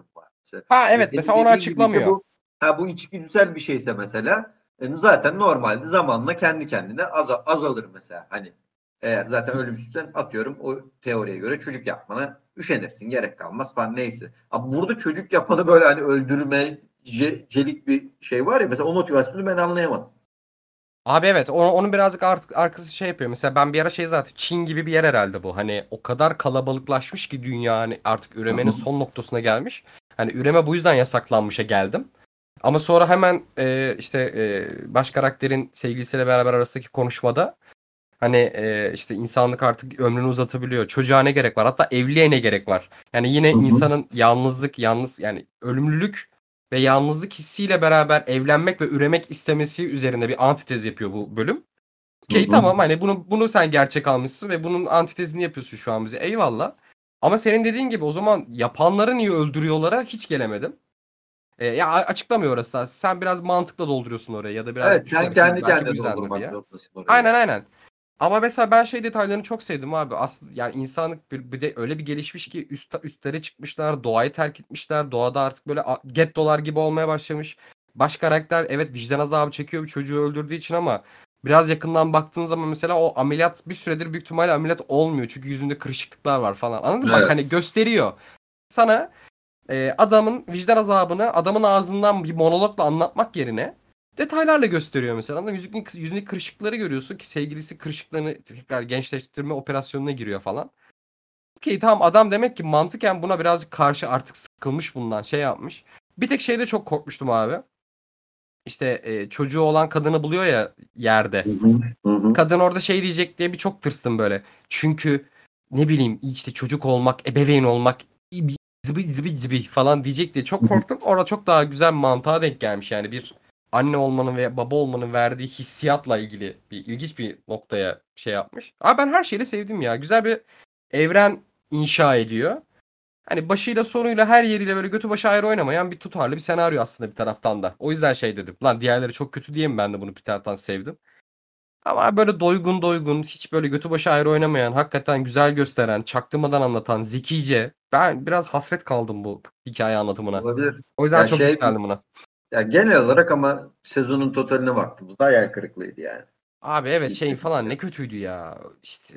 Mesela, Ha e, evet senin mesela onu dediğin gibi işte açıklamıyor. bu ha bu içgüdüsel bir şeyse mesela e, zaten normalde zamanla kendi kendine aza- azalır mesela. Hani eğer zaten ölümsüzsen atıyorum o teoriye göre çocuk yapmana üşenirsin gerek kalmaz falan neyse. Ama burada çocuk yapanı böyle hani öldürme ce- celik bir şey var ya mesela o motivasyonu ben anlayamadım. Abi evet onu, onun birazcık artık arkası şey yapıyor. Mesela ben bir ara şey zaten Çin gibi bir yer herhalde bu. Hani o kadar kalabalıklaşmış ki dünya hani artık Hı üremenin hı. son noktasına gelmiş. Hani üreme bu yüzden yasaklanmışa geldim. Ama sonra hemen e, işte e, baş karakterin sevgilisiyle beraber arasındaki konuşmada hani e, işte insanlık artık ömrünü uzatabiliyor. Çocuğa ne gerek var? Hatta evliliğe ne gerek var? Yani yine Hı hı. insanın yalnızlık, yalnız yani ölümlülük ve yalnızlık hissiyle beraber evlenmek ve üremek istemesi üzerine bir antitez yapıyor bu bölüm. Hı Okey hı. tamam hani bunu bunu sen gerçek almışsın ve bunun antitezini yapıyorsun şu an bize. Eyvallah. Ama senin dediğin gibi o zaman yapanları niye öldürüyorlara hiç gelemedim. E, ya a- açıklamıyor orası da. Sen biraz mantıkla dolduruyorsun oraya ya da birazcık Evet sen düşünerek "Bu kendi belki bu kendine yüzdendir doldurmak diye. zorundasın orayı Aynen yani. aynen. Ama mesela ben şey detaylarını çok sevdim abi. Aslında yani insanlık bir, bir de öyle bir gelişmiş ki üst, üstlere çıkmışlar, doğayı terk etmişler. Doğada artık böyle a- gettolar gibi olmaya başlamış. Baş karakter evet vicdan azabı çekiyor bir çocuğu öldürdüğü için ama biraz yakından baktığın zaman mesela o ameliyat bir süredir büyük ihtimalle ameliyat olmuyor. Çünkü yüzünde kırışıklıklar var falan. Anladın mı? Bak Evet. hani gösteriyor. Sana e, adamın vicdan azabını adamın ağzından bir monologla anlatmak yerine detaylarla gösteriyor mesela. Anladın mı? Yüzündeki, yüzündeki kırışıkları görüyorsun ki sevgilisi kırışıklarını tekrar gençleştirme operasyonuna giriyor falan. Okey tamam adam demek ki mantıken buna birazcık karşı artık sıkılmış bundan şey yapmış. Bir tek şeyde çok korkmuştum abi. İşte e, çocuğu olan kadını buluyor ya yerde. Hı hı. Hı hı. Kadın orada şey diyecek diye bir çok tırstım böyle. Çünkü ne bileyim işte çocuk olmak, ebeveyn olmak zıbı zıbı zıbı falan diyecek diye çok Hı hı. korktum. Orada çok daha güzel mantığa denk gelmiş yani bir anne olmanın ve baba olmanın verdiği hissiyatla ilgili bir ilginç bir noktaya şey yapmış. Ama ben her şeyle sevdim ya. Güzel bir evren inşa ediyor. Hani başıyla sonuyla her yeriyle böyle götü başı ayrı oynamayan bir tutarlı bir senaryo aslında bir taraftan da. O yüzden şey dedim. Lan diğerleri çok kötü diye mi ben de bunu bir taraftan sevdim. Ama böyle doygun doygun, hiç böyle götü başı ayrı oynamayan, hakikaten güzel gösteren, çaktırmadan anlatan, zekice. Ben biraz hasret kaldım bu hikaye anlatımına. Olabilir. O yüzden Ya çok şey yükseldim buna. ya genel olarak ama sezonun totaline baktığımızda hayal kırıklığıydı yani. Abi evet şeyin falan İzlediğimde. ne kötüydü ya. İşte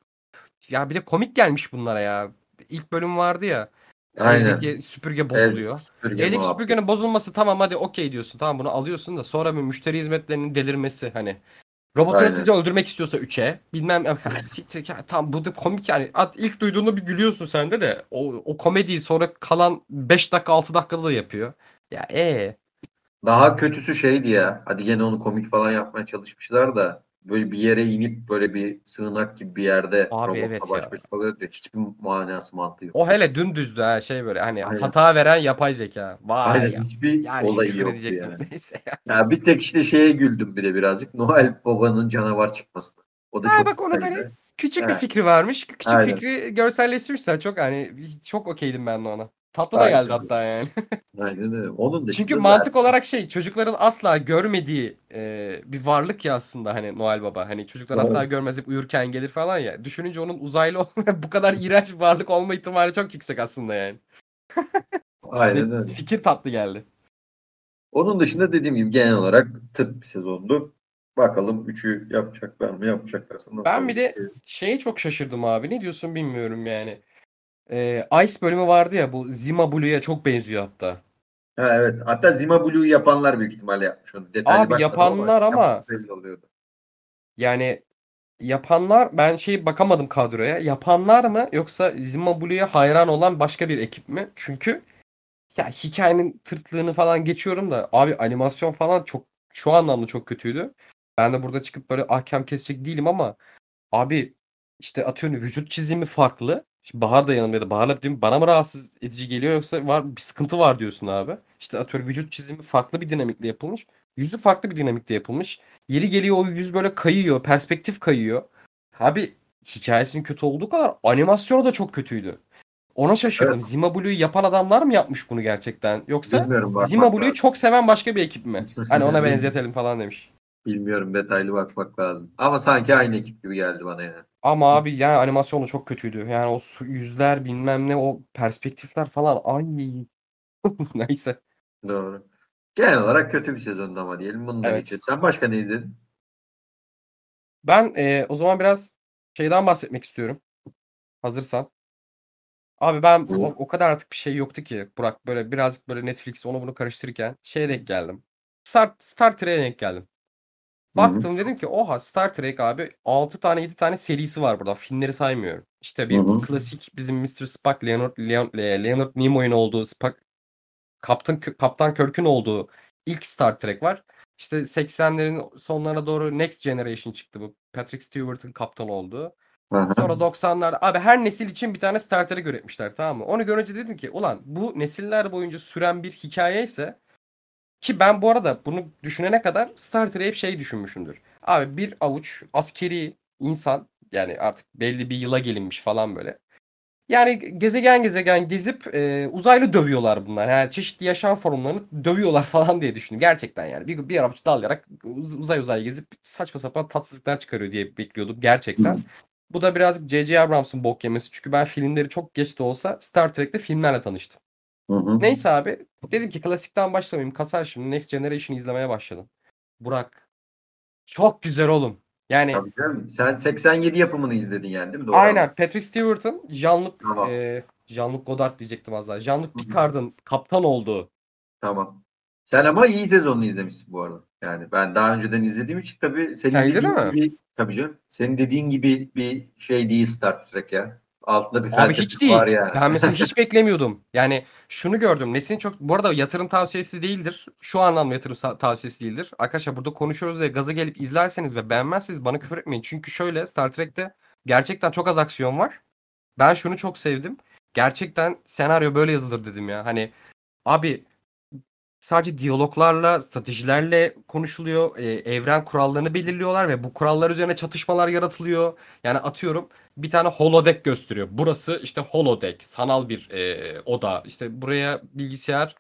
ya bir de komik gelmiş bunlara ya. İlk bölüm vardı ya. Aynen. Evdeki süpürge El bozuluyor. süpürge Evdeki muhabbeti. süpürgenin bozulması tamam hadi okey diyorsun. Tamam bunu alıyorsun da sonra bir müşteri hizmetlerinin delirmesi hani. Robotları Aynen. sizi öldürmek istiyorsa üçe bilmem ya, siktir ya, tam bu da komik yani at ilk duyduğunda bir gülüyorsun sende de o, o komediyi sonra kalan beş dakika altı dakikada da yapıyor. Ya e Daha kötüsü şeydi ya. Hadi gene onu komik falan yapmaya çalışmışlar da böyle bir yere inip böyle bir sığınak gibi bir yerde abi robotla evet ya. baş başa kalıyor diyor. Hiçbir manası mantığı O yoktu. hele dümdüzdü ha şey böyle hani Aynen. hata veren yapay zeka. Vay Aynen ya. hiçbir Yani şu olayı küfür yoktu edecektim yani. neyse ya. Ya bir tek işte şeye güldüm bir de birazcık. Noel Baba'nın canavar çıkması. O da Ha çok bak onu böyle güzeldi. küçük bir He, fikri varmış. Küçük aynen. fikri görselleştirmişler çok hani çok okeydim ben de ona. Tatlı da geldi Aynen. hatta yani. Aynen öyle. Onun Çünkü dışında mantık zaten. olarak şey çocukların asla görmediği e, bir varlık ya aslında hani Noel Baba. Hani çocuklar asla Evet. görmez hep uyurken gelir falan ya. Düşününce onun uzaylı olma bu kadar iğrenç bir varlık olma ihtimali çok yüksek aslında yani. Ve Aynen öyle. fikir tatlı geldi. Onun dışında dediğim gibi genel olarak tırt bir sezondu. Bakalım üçü yapacaklar mı? Yapacaklarsa nasıl Ben bir olacak? de şeye çok şaşırdım abi. Ne diyorsun bilmiyorum yani. E, Ice bölümü vardı ya bu Zima Blue'ya çok benziyor hatta. Ha, evet. Hatta Zima Blue'yu yapanlar büyük ihtimalle yapmış onu. Detaylı Abi bakmadım ama yapanlar yapısı ama belli oluyordu. yani yapanlar ben şey bakamadım kadroya. Yapanlar mı yoksa Zima Blue'ya hayran olan başka bir ekip mi? Çünkü ya hikayenin tırtlığını falan geçiyorum da abi animasyon falan çok şu anlamda çok kötüydü. Ben de burada çıkıp böyle ahkam kesecek değilim ama abi işte atıyorum vücut çizimi farklı. Şimdi Bahar da yanımda da Bahar'la diyorum bana mı rahatsız edici geliyor yoksa var bir sıkıntı var diyorsun abi. İşte atıyorum vücut çizimi farklı bir dinamikle yapılmış. Yüzü farklı bir dinamikle yapılmış. Yeri geliyor o yüz böyle kayıyor, perspektif kayıyor. Abi hikayesinin kötü olduğu kadar animasyonu da çok kötüydü. Ona Evet. şaşırdım. Zima Blue'yu yapan adamlar mı yapmış bunu gerçekten? Yoksa Bilmiyorum Zima bakmak Blue'yu lazım. çok seven başka bir ekip mi? Hani ona Bil- benzetelim falan demiş. Bilmiyorum detaylı bakmak lazım. Ama sanki aynı ekip gibi geldi bana yani. Ama abi yani animasyonu çok kötüydü. Yani o su- yüzler bilmem ne o perspektifler falan ay Neyse. Doğru. Genel olarak kötü bir sezondu ama diyelim. Bunu da Evet. geçelim. Sen başka ne izledin? Ben, eee, o zaman biraz şeyden bahsetmek istiyorum, hazırsan. Abi ben o Buyur. o kadar artık bir şey yoktu ki Burak, böyle birazcık böyle Netflix onu bunu karıştırırken şeye denk geldim. Star Star Trek'e denk geldim. Hı hı. Baktım dedim ki oha Star Trek abi altı tane yedi tane serisi var burada. Filmleri saymıyorum. İşte Hı bir hı. klasik bizim mister Spock, Leonard, Leon, Le- Leonard Nimoy'un olduğu Spock, Kaptan, Kaptan Kirk'ün olduğu ilk Star Trek var. İşte seksenlerin sonlarına doğru Next Generation çıktı bu. Patrick Stewart'ın kaptan olduğu. Hı hı. Sonra doksanlarda abi her nesil için bir tane Star Trek üretmişler, tamam mı? Onu görünce dedim ki ulan bu nesiller boyunca süren bir hikaye ise, ki ben bu arada bunu düşünene kadar Star Trek'i hep şey düşünmüşümdür. Abi bir avuç askeri insan, yani artık belli bir yıla gelinmiş falan böyle. Yani gezegen gezegen gezip e, uzaylı dövüyorlar bunlar. Yani çeşitli yaşam formlarını dövüyorlar falan diye düşündüm. Gerçekten yani. Bir, bir avuç dalayarak uz- uzay uzay gezip saçma sapan tatsızlıklar çıkarıyor diye bekliyordum gerçekten. Bu da birazcık J J. Abrams'ın bok yemesi. Çünkü ben filmleri çok geç de olsa Star Trek'te filmlerle tanıştım. Hı hı. Neyse abi. Dedim ki klasikten başlamayayım. Kasar şimdi. Next Generation izlemeye başladım. Burak. Çok güzel oğlum. Yani Tabii canım. Sen seksen yedi yapımını izledin yani değil mi? Doğru aynen anladım. Patrick Stewart'ın Jean-Luc Tamam. e, Jean-Luc Godard diyecektim az daha. Jean-Luc Hı hı. Picard'ın kaptan olduğu. Tamam. Sen ama iyi sezonunu izlemişsin bu arada. Yani ben daha önceden izlediğim için tabii Sen senin izledin dediğin mi? gibi tabii canım. Senin dediğin gibi bir şey değil Star Trek ya. Altında bir Abi felsefe hiç var değil. yani. Ben mesela hiç beklemiyordum. Yani şunu gördüm. Nesin çok bu arada yatırım tavsiyesi değildir. Şu anlamda yatırım sa- tavsiyesi değildir. Arkadaşlar burada konuşuyoruz diye gaza gelip izlerseniz ve beğenmezseniz bana küfür etmeyin. Çünkü şöyle Star Trek'te gerçekten çok az aksiyon var. Ben şunu çok sevdim. Gerçekten senaryo böyle yazılır dedim ya. Hani abi sadece diyaloglarla, stratejilerle konuşuluyor. Ee, evren kurallarını belirliyorlar ve bu kurallar üzerine çatışmalar yaratılıyor. Yani atıyorum bir tane holodeck gösteriyor. Burası işte holodeck, sanal bir e, oda. İşte buraya bilgisayar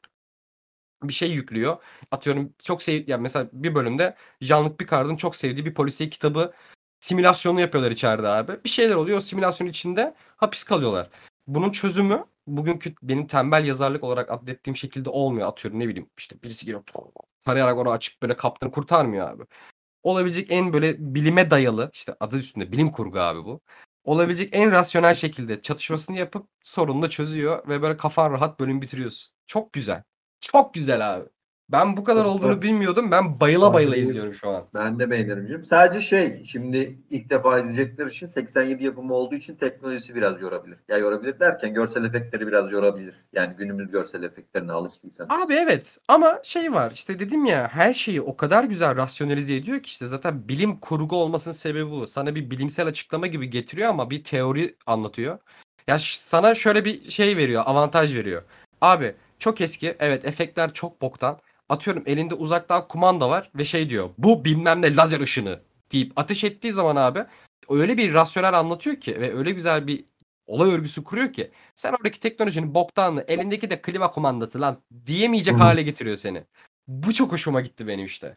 bir şey yüklüyor. Atıyorum çok sev yani mesela bir bölümde Jean-Luc Picard'ın çok sevdiği bir polisiye kitabı simülasyonu yapıyorlar içeride abi. Bir şeyler oluyor. O simülasyon içinde hapis kalıyorlar. Bunun çözümü bugünkü benim tembel yazarlık olarak adlettiğim şekilde olmuyor. Atıyorum ne bileyim işte birisi geliyor tarayarak onu açıp böyle kaptanı kurtarmıyor abi. Olabilecek en böyle bilime dayalı, işte adı üstünde bilim kurgu abi bu. Olabilecek en rasyonel şekilde çatışmasını yapıp sorunu da çözüyor ve böyle kafan rahat bölüm bitiriyorsun. Çok güzel. Çok güzel abi. Ben bu kadar olduğunu bilmiyordum. Ben bayıla bayıla izliyorum şu an. Ben de beğenirim canım. Sadece şey, şimdi ilk defa izleyecekler için seksen yedi yapımı olduğu için teknolojisi biraz yorabilir. Ya yorabilir derken görsel efektleri biraz yorabilir. Yani günümüz görsel efektlerine Abi alıştıysanız. evet ama şey var işte dedim ya her şeyi o kadar güzel rasyonelize ediyor ki işte zaten bilim kurgu olmasının sebebi bu. Sana bir bilimsel açıklama gibi getiriyor ama bir teori anlatıyor. Ya ş- sana şöyle bir şey veriyor, avantaj veriyor. Abi çok eski, evet efektler çok boktan. Atıyorum elinde uzaktan kumanda var ve şey diyor bu bilmem ne lazer ışını deyip ateş ettiği zaman abi öyle bir rasyonel anlatıyor ki ve öyle güzel bir olay örgüsü kuruyor ki sen oradaki teknolojinin boktanlığı elindeki de klima kumandası lan Hı diyemeyecek hı. hale getiriyor seni. Bu çok hoşuma gitti benim işte.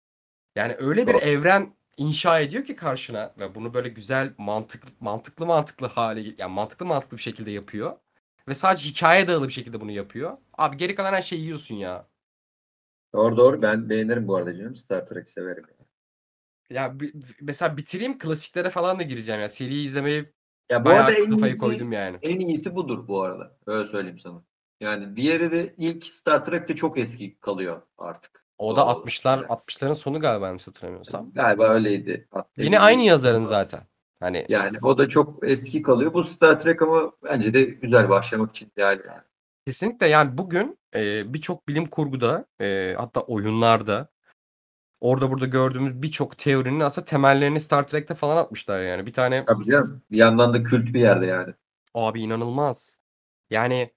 Yani öyle bir Doğru. evren inşa ediyor ki karşına ve bunu böyle güzel mantıklı mantıklı mantıklı hale yani mantıklı mantıklı bir şekilde yapıyor. Ve sadece hikaye dayalı bir şekilde bunu yapıyor. Abi geri kalan her şeyi yiyorsun ya. Doğru doğru. Ben beğenirim bu arada canım. Star Trek severim. Ya bi- mesela bitireyim klasiklere falan da gireceğim ya. Seriyi izlemeyi Ya bu arada bayağı en kafayı iyisi koydum yani. en iyisi budur bu arada. Öyle söyleyeyim sana. Yani diğeri de ilk Star Trek'te çok eski kalıyor artık O da doğal olarak. altmışlar Yani altmışların sonu galiba yanlış hatırlamıyorsam. galiba öyleydi. Yine aynı elli yazarın zaten. Hani yani o da çok eski kalıyor. Bu Star Trek ama bence de güzel başlamak için ideal yani. kesinlikle yani bugün e, birçok bilim kurguda e, hatta oyunlarda orada burada gördüğümüz birçok teorinin aslında temellerini Star Trek'te falan atmışlar yani. Bir tane Tabii canım. Bir yandan da kült bir yerde yani. abi inanılmaz. Yani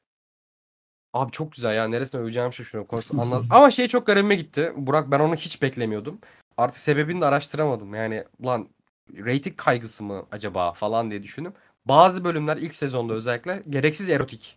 abi çok güzel ya neresine öveceğim şaşırıyorum. Konusu anlat. Ama şey çok garibime gitti. Burak ben onu hiç beklemiyordum. Artık sebebini de araştıramadım. Yani ulan rating kaygısı mı acaba falan diye düşündüm. Bazı bölümler ilk sezonda özellikle gereksiz erotik.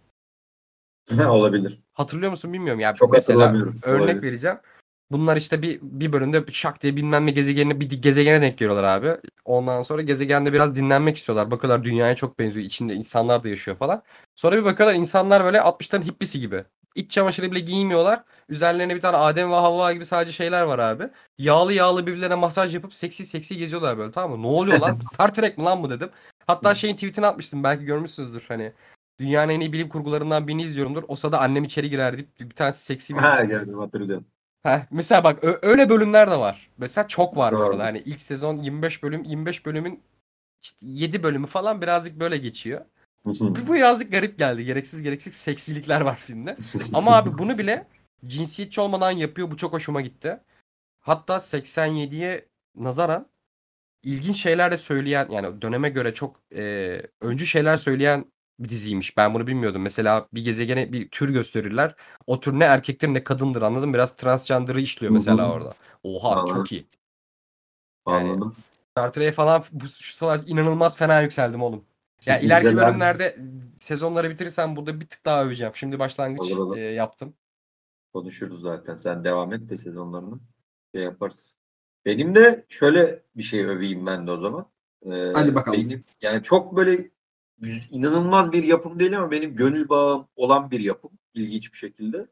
Olabilir. Hatırlıyor musun bilmiyorum. Ya Çok mesela hatırlamıyorum. örnek Olabilir. vereceğim. Bunlar işte bir bir bölümde şak diye bilmem ne gezegenine bir gezegene denk geliyorlar abi. Ondan sonra gezegende biraz dinlenmek istiyorlar. Bakıyorlar dünyaya çok benziyor. İçinde insanlar da yaşıyor falan. Sonra bir bakıyorlar insanlar böyle altmışların hippisi gibi. İç çamaşırı bile giymiyorlar. Üzerlerine bir tane Adem ve Havva gibi sadece şeyler var abi. Yağlı yağlı birbirlerine masaj yapıp seksi seksi geziyorlar böyle, tamam mı? Ne oluyor lan? Star Trek mi lan bu dedim. Hatta şeyin tweetini atmıştım, belki görmüşsünüzdür hani. Dünyanın en iyi bilim kurgularından birini izliyorumdur. O sırada annem içeri girer deyip bir tane seksi bir... Ha gördüm, hatırlıyorum. Heh, mesela bak ö- öyle bölümler de var. Mesela çok var bu arada. Gördüm. Hani ilk sezon yirmi beş bölüm, yirmi beş bölümün işte yedi bölümü falan birazcık böyle geçiyor. Bu, bu birazcık garip geldi. Gereksiz gereksiz seksilikler var filmde. Ama abi bunu bile cinsiyetçi olmadan yapıyor. Bu çok hoşuma gitti. Hatta seksen yediye nazaran ilginç şeyler de söyleyen, yani döneme göre çok e, öncü şeyler söyleyen bir diziymiş. Ben bunu bilmiyordum. Mesela bir gezegene bir tür gösterirler. O tür ne erkektir ne kadındır, anladın mı? Biraz transgender'ı işliyor mesela orada. Oha Anladım. çok iyi. Yani Anladım. Star Trek'e falan bu şu sıralar inanılmaz fena yükseldim oğlum. Ya ileriki Güzel abi. bölümlerde sezonları bitirirsem burada bir tık daha öveceğim. Şimdi başlangıç Olur olur. e, yaptım. Konuşuruz zaten. Sen devam et de sezonlarını şey yaparız. Benim de şöyle bir şey öveyim ben de o zaman. Ee, Hadi bakalım. benim yani çok böyle güz- inanılmaz bir yapım değil ama benim gönül bağım olan bir yapım. İlginç bir şekilde.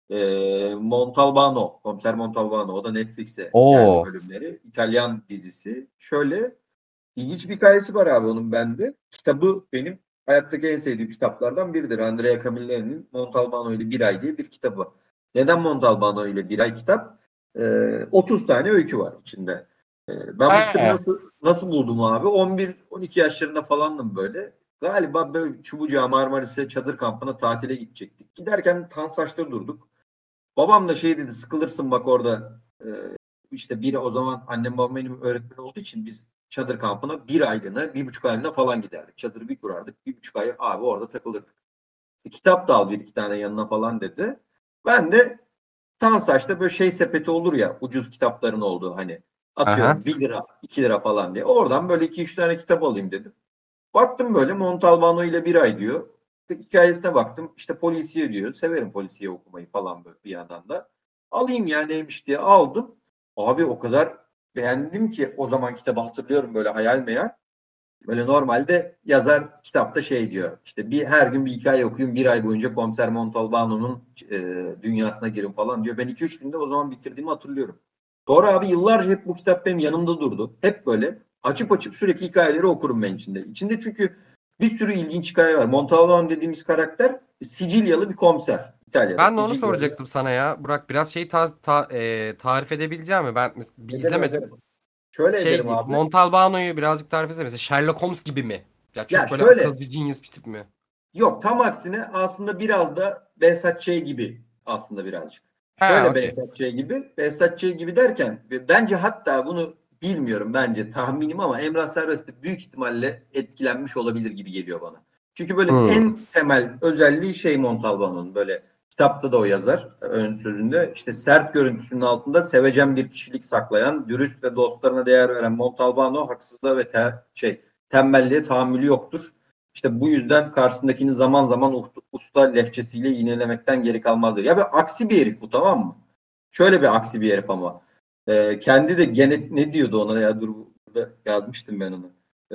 Ee, Montalbano, Komiser Montalbano. O da Netflix'e geldi Oo. bölümleri. İtalyan dizisi. Şöyle ilginç bir hikayesi var abi onun bende. Kitabı benim hayattaki en sevdiğim kitaplardan biridir. Andrea Camilleri'nin Montalbano ile Bir Ay diye bir kitabı. Neden Montalbano ile Bir Ay kitap? Ee, otuz tane öykü var içinde. Ee, ben bu kitabı Ha. nasıl nasıl buldum abi? on bir on iki yaşlarında falandım böyle. Galiba böyle Çubucağa, Marmaris'e çadır kampına tatile gidecektik. Giderken Tansaç'ta durduk. Babam da şey dedi, sıkılırsın bak orada. Ee, işte bir o zaman annem babam benim öğretmen olduğu için biz çadır kampına bir aylığına, bir buçuk aylığına falan giderdik. Çadırı bir kurardık. Bir buçuk ay abi orada takılırdık. E, kitap da al bir iki tane yanına falan dedi. Ben de Tansaç'ta böyle şey sepeti olur ya, ucuz kitapların olduğu, hani Aha. atıyorum bir lira iki lira falan diye. Oradan böyle iki üç tane kitap alayım dedim. Baktım böyle Montalbano ile Bir Ay diyor. Hikayesine baktım. İşte polisiye diyor. Severim polisiye okumayı falan böyle bir yandan da. Alayım ya neymiş diye aldım. Abi o kadar beğendim ki o zaman kitabı hatırlıyorum böyle hayal meyal. Böyle normalde yazar kitapta şey diyor. İşte bir her gün bir hikaye okuyun, bir ay boyunca Komiser Montalbano'nun e, dünyasına girin falan diyor. Ben iki üç günde o zaman bitirdiğimi hatırlıyorum. Sonra abi yıllarca hep bu kitap benim yanımda durdu. Hep böyle açıp açıp sürekli hikayeleri okurum ben içinde. İçinde çünkü bir sürü ilginç hikaye var. Montalbano dediğimiz karakter Sicilyalı bir komiser. İtalya'da Ben de onu Sicilyalı. soracaktım sana ya. Burak, biraz şey ta- ta- e, tarif edebileceğim mi? Ben mes- bir Ederim izlemedim. ederim. Şöyle ederim Şey, abi. Montalbano'yu birazcık tarif etsene. Mesela Sherlock Holmes gibi mi? Ya Ya çok böyle şöyle, akılcı, genius bir tip mi? yok tam aksine aslında biraz da Behzat Ç. gibi aslında birazcık. Ha, Şöyle okey. Behzat Ç. gibi. Behzat Ç. gibi derken bence hatta bunu bilmiyorum, bence tahminim ama Emrah Serbest de büyük ihtimalle etkilenmiş olabilir gibi geliyor bana. Çünkü böyle Hmm. en temel özelliği şey Montalbano'nun, böyle kitapta da o yazar ön sözünde, işte sert görüntüsünün altında sevecen bir kişilik saklayan, dürüst ve dostlarına değer veren Montalbano haksızlığa ve te, şey tembelliğe tahammülü yoktur. İşte bu yüzden karşısındakini zaman zaman usta lehçesiyle yinelemekten geri kalmaz diyor. Ya bir aksi bir herif bu, tamam mı? Şöyle bir aksi bir herif ama. Ee, kendi de gene ne diyordu ona ya, dur burada yazmıştım ben onu. Ee,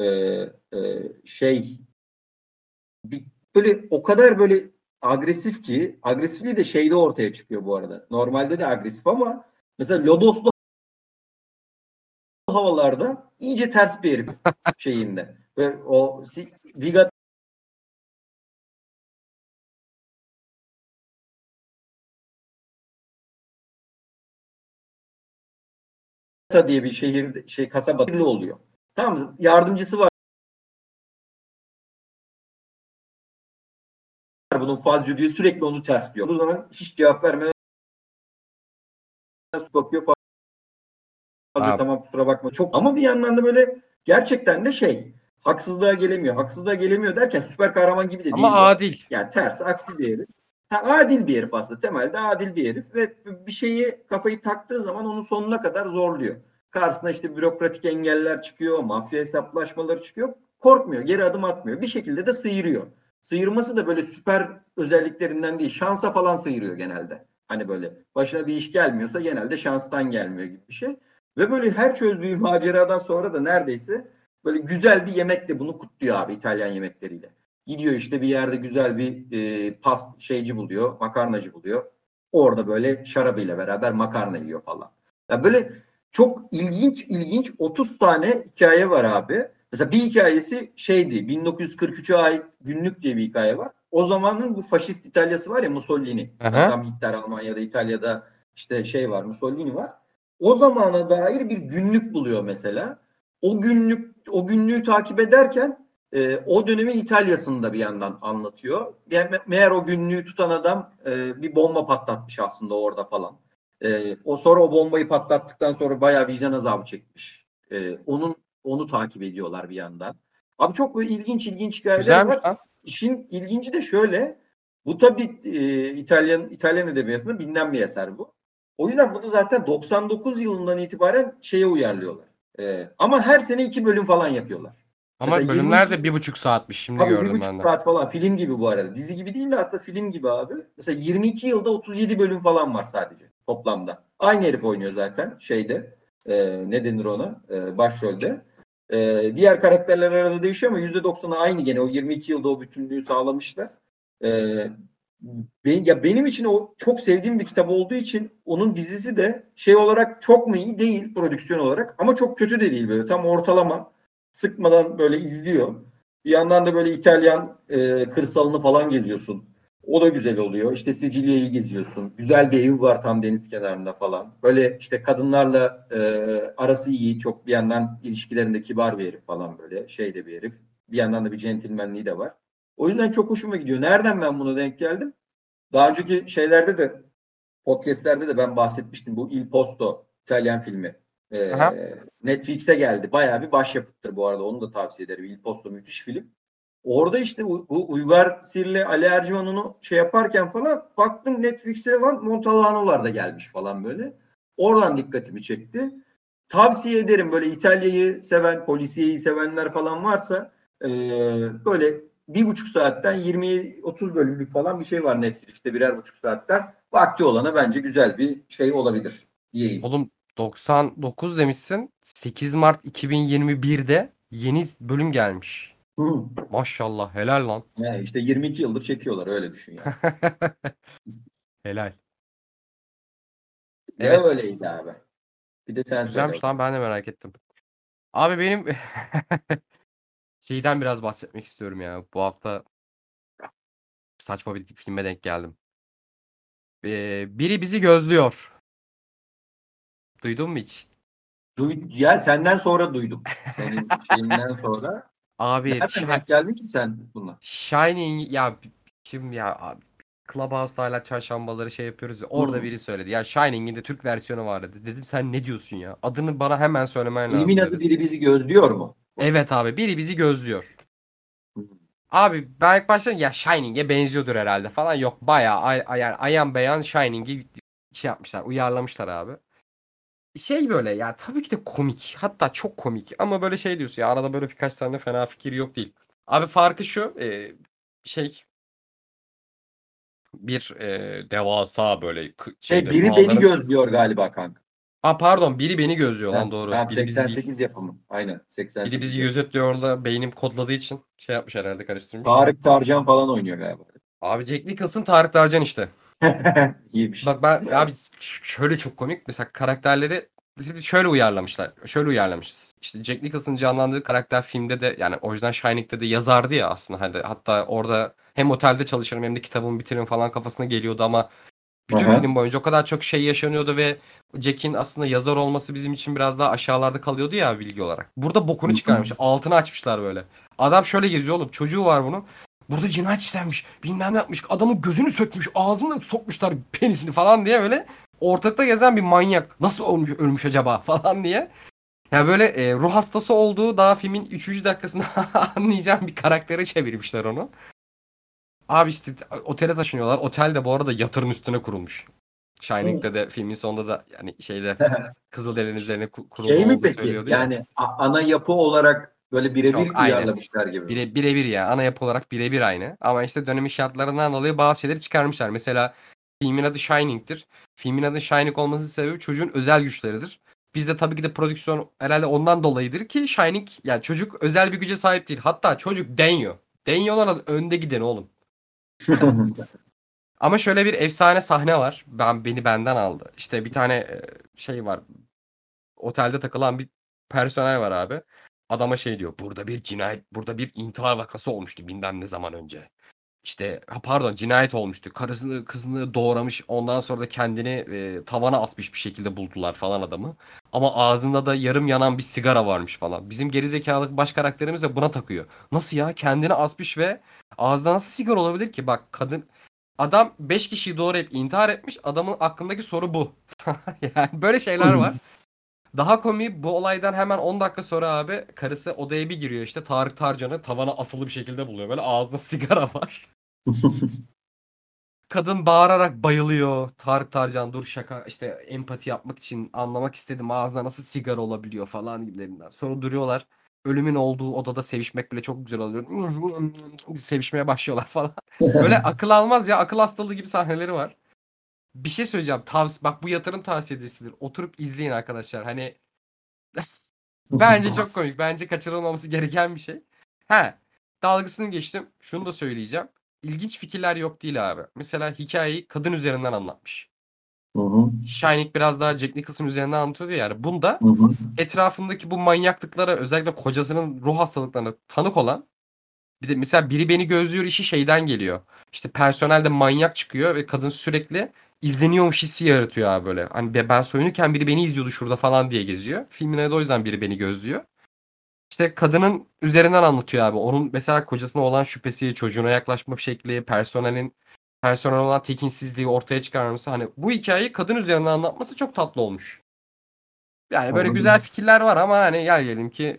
e, şey bir, böyle o kadar böyle agresif ki, agresifliği de şeyde ortaya çıkıyor bu arada. Normalde de agresif ama mesela Lodos'lu havalarda iyice ters bir herif şeyinde. Ve o Vigat diye bir şehir şey kasaba oluyor. Tamam mı? Yardımcısı var bunun, Fazio diye, sürekli onu tersliyor. O zaman hiç cevap vermeden bakıyor. Fazio Abi. tamam kusura bakma. Çok ama bir yandan da böyle gerçekten de şey, haksızlığa gelemiyor. Haksızlığa gelemiyor derken süper kahraman gibi de Ama değil bu arada. adil. Yani ters aksi bir herif. Ha, adil bir herif aslında. Temelde adil bir herif ve bir şeyi kafayı taktığı zaman onu sonuna kadar zorluyor. Karşısına işte bürokratik engeller çıkıyor, mafya hesaplaşmaları çıkıyor. Korkmuyor, geri adım atmıyor. Bir şekilde de sıyırıyor. Sıyırması da böyle süper özelliklerinden değil, şansa falan sıyırıyor genelde. Hani böyle başına bir iş gelmiyorsa genelde şanstan gelmiyor gibi bir şey. Ve böyle her çözdüğü maceradan sonra da neredeyse böyle güzel bir yemekle bunu kutluyor abi, İtalyan yemekleriyle. Gidiyor işte bir yerde güzel bir e, past şeyci buluyor, makarnacı buluyor. Orada böyle şarabıyla beraber makarna yiyor falan. Ya böyle çok ilginç ilginç otuz tane hikaye var abi. Mesela bir hikayesi şeydi, bin dokuz yüz kırk üçe ait Günlük diye bir hikaye var. O zamanın bu faşist İtalyası var ya, Mussolini. Yani Aha. tam Hitler Almanya'da, İtalya'da işte şey var, Mussolini var. O zamana dair bir günlük buluyor mesela. O günlük o günlüğü takip ederken e, o dönemin İtalya'sını da bir yandan anlatıyor. Yani meğer o günlüğü tutan adam e, bir bomba patlatmış aslında orada falan. E, o sonra o bombayı patlattıktan sonra bayağı vicdan azabı çekmiş. E, onun onu takip ediyorlar bir yandan. Abi çok böyle ilginç ilginç hikayeler Güzelmiş var. lan. İşin ilginci de şöyle. Bu tabii e, İtalyan İtalyan edebiyatında bilinen bir eser bu. O yüzden bunu zaten doksan dokuz yılından itibaren şeye uyarlıyorlar. E, ama her sene iki bölüm falan yapıyorlar. Ama Mesela bölümler yirmi iki de bir buçuk saatmiş. Şimdi Abi bir gördüm buçuk ben de. saat falan, film gibi bu arada. Dizi gibi değil de aslında film gibi abi. Mesela yirmi iki yılda otuz yedi bölüm falan var sadece toplamda. Aynı herif oynuyor zaten şeyde. E, ne denir ona? E, başrolde. E, diğer karakterler arada değişiyor ama yüzde doksanı aynı gene. O yirmi iki yılda o bütünlüğü sağlamışlar. E, ben, ya benim için o çok sevdiğim bir kitap olduğu için onun dizisi de şey olarak çok mu iyi değil prodüksiyon olarak, ama çok kötü de değil, böyle tam ortalama, sıkmadan böyle izliyor. Bir yandan da böyle İtalyan e, kırsalını falan geziyorsun. O da güzel oluyor. İşte Sicilya'yı geziyorsun. Güzel bir evi var tam deniz kenarında falan. Böyle işte kadınlarla e, arası iyi. Çok bir yandan ilişkilerinde kibar bir herif falan böyle. Şey de bir herif. Bir yandan da bir centilmenliği de var. O yüzden çok hoşuma gidiyor. Nereden ben buna denk geldim? Daha önceki şeylerde de, podcastlerde de ben bahsetmiştim. Bu Il Posto İtalyan filmi. Aha. Ee, Netflix'e geldi. Bayağı bir başyapıttır bu arada. Onu da tavsiye ederim. Il Posto müthiş film. Orada işte bu Uygar Sirle Ali Ercivan onu şey yaparken falan baktım Netflix'e lan Montalbano'lar da gelmiş falan böyle. Oradan dikkatimi çekti. Tavsiye ederim, böyle İtalya'yı seven, polisiyeyi sevenler falan varsa e, böyle bir buçuk saatten yirmi otuz bölümlük falan bir şey var Netflix'te, birer buçuk saatten. Vakti olana bence güzel bir şey olabilir diyeyim. Oğlum doksan dokuz demişsin. sekiz Mart iki bin yirmi birde yeni bölüm gelmiş. Hı. Maşallah helal lan. Yani işte yirmi iki yıldır çekiyorlar, öyle düşün yani. Helal. Ya Evet. öyleydi abi. Bir de sen söyle o Güzelmiş lan, zaman. ben de merak ettim. Abi benim şeyden biraz bahsetmek istiyorum ya. Bu hafta saçma bir filme denk geldim. Ee, biri bizi gözlüyor. Duydun mu hiç? Duy, ya senden sonra duydum. Senin şeyinden sonra. Abi Nereden Shi- denk geldin ki sen buna? Shining ya, kim ya abi? Clubhouse'da hala çarşambaları şey yapıyoruz ya. Orada Hmm. biri söyledi. Ya Shining'in de Türk versiyonu var dedi. Dedim sen ne diyorsun ya? Adını bana hemen söylemen Filmin lazım adı dedim. Biri Bizi Gözlüyor mu? Evet abi, biri bizi gözlüyor. Hmm. Abi ben ilk başta ya Shining'e benziyordur herhalde falan. Yok, bayağı ay, ay, yani ayan beyan Shining'i şey yapmışlar. Uyarlamışlar abi. Şey böyle ya, tabii ki de komik. Hatta çok komik. Ama böyle şey diyorsun ya, arada böyle birkaç tane fena fikir yok değil. Abi farkı şu. E, şey bir e, devasa böyle k- Şey, şeyde Biri Beni dağların. Gözlüyor galiba kanka. Aa pardon, biri beni gözlüyor Heh, lan, doğru. tamam, Biri bizi değil. seksen sekiz yapımı. Aynen, Biri seksen sekiz bizi yapımı. gözetliyor da beynim kodladığı için şey yapmış herhalde, karıştırmış. Tarık Tarcan falan oynuyor galiba. Abi Jack Nicholson, Tarık Tarcan işte. İyiymiş. Bak ben abi ş- şöyle çok komik. Mesela karakterleri şimdi şöyle uyarlamışlar. Şöyle uyarlamışız. İşte Jack Nicholson'ın canlandığı karakter filmde de, yani orijinal Shining'de de yazardı ya aslında. Hani hatta orada hem otelde çalışırım hem de kitabımı bitiririm falan kafasına geliyordu ama bütün Aha. film boyunca o kadar çok şey yaşanıyordu ve Jack'in aslında yazar olması bizim için biraz daha aşağılarda kalıyordu ya bilgi olarak. Burada bokunu çıkarmış. Altını açmışlar böyle. Adam şöyle geziyor oğlum. Çocuğu var bunun. Burada cinayet işlenmiş. Bilmem ne yapmış. Adamın gözünü sökmüş. Ağzını sokmuşlar penisini falan diye böyle. Ortalıkta gezen bir manyak. Nasıl olmuş, ölmüş acaba falan diye. Yani böyle e, ruh hastası olduğu daha filmin üçüncü dakikasında anlayacağım bir karaktere çevirmişler onu. Abi işte otele taşınıyorlar. Otel de bu arada yatırın üstüne kurulmuş. Shining'de de filmin sonunda da yani şeyde Kızılderililerin üzerine ku- kurulma Şey mi olduğu peki? söylüyordu ya. Yani a- ana yapı olarak böyle Çok birebir aynı. uyarlamışlar gibi mi? Bire, birebir ya. Ana yapı olarak birebir aynı. Ama işte dönemin şartlarından dolayı bazı şeyleri çıkarmışlar. Mesela filmin adı Shining'tir. Filmin adı Shining olmasının sebebi çocuğun özel güçleridir. Bizde tabii ki de prodüksiyon herhalde ondan dolayıdır ki Shining, yani çocuk özel bir güce sahip değil. Hatta çocuk deniyor. Deniyorlar önde giden oğlum. Ama şöyle bir efsane sahne var. Ben beni benden aldı. İşte bir tane e, şey var. Otelde takılan bir personel var abi. Adama şey diyor. Burada bir cinayet, burada bir intihar vakası olmuştu bilmem ne zaman önce. İşte ha, pardon cinayet olmuştu. Karısını kızını doğramış. Ondan sonra da kendini e, tavana asmış bir şekilde buldular falan adamı. Ama ağzında da yarım yanan bir sigara varmış falan. Bizim gerizekalı baş karakterimiz de buna takıyor. Nasıl ya? Kendini asmış ve ağzında nasıl sigara olabilir ki? Bak kadın adam beş kişiyi doğrayıp intihar etmiş. Adamın aklındaki soru bu. Yani böyle şeyler var. Daha komik bu olaydan hemen on dakika sonra abi karısı odaya bir giriyor işte Tarık Tarcan'ı tavana asılı bir şekilde buluyor. Böyle ağzında sigara var. Kadın bağırarak bayılıyor. Tarık Tarcan dur şaka işte empati yapmak için anlamak istedim ağzına nasıl sigara olabiliyor falan gibilerinden. Sonra duruyorlar. Ölümün olduğu odada sevişmek bile çok güzel oluyor. Sevişmeye başlıyorlar falan. Böyle akıl almaz ya akıl hastalığı gibi sahneleri var. Bir şey söyleyeceğim. Tavs bak bu yatırım tavsiyesidir. Oturup izleyin arkadaşlar. Hani bence çok komik. Bence kaçırılmaması gereken bir şey. He. Dalgasını geçtim. Şunu da söyleyeceğim. İlginç fikirler yok değil abi. Mesela hikayeyi kadın üzerinden anlatmış. Hı hı. Shining biraz daha Jack Nicholson üzerinden anlatıyordu yani. Bunda Hı hı. etrafındaki bu manyaklıklara özellikle kocasının ruh hastalıklarına tanık olan bir de mesela biri beni gözlüyor işi şeyden geliyor. İşte personelde manyak çıkıyor ve kadın sürekli izleniyormuş hissi yaratıyor abi böyle. Hani be- ben soyunurken biri beni izliyordu şurada falan diye geziyor. Filmin adı o yüzden biri beni gözlüyor. İşte kadının üzerinden anlatıyor abi. Onun mesela kocasına olan şüphesi, çocuğuna yaklaşma şekli, personelin personel olan tekinsizliği ortaya çıkarması. Hani bu hikayeyi kadın üzerinden anlatması çok tatlı olmuş. Yani böyle güzel Anladım. fikirler var ama hani gel gelelim ki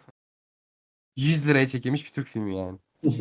yüz liraya çekilmiş bir Türk filmi yani.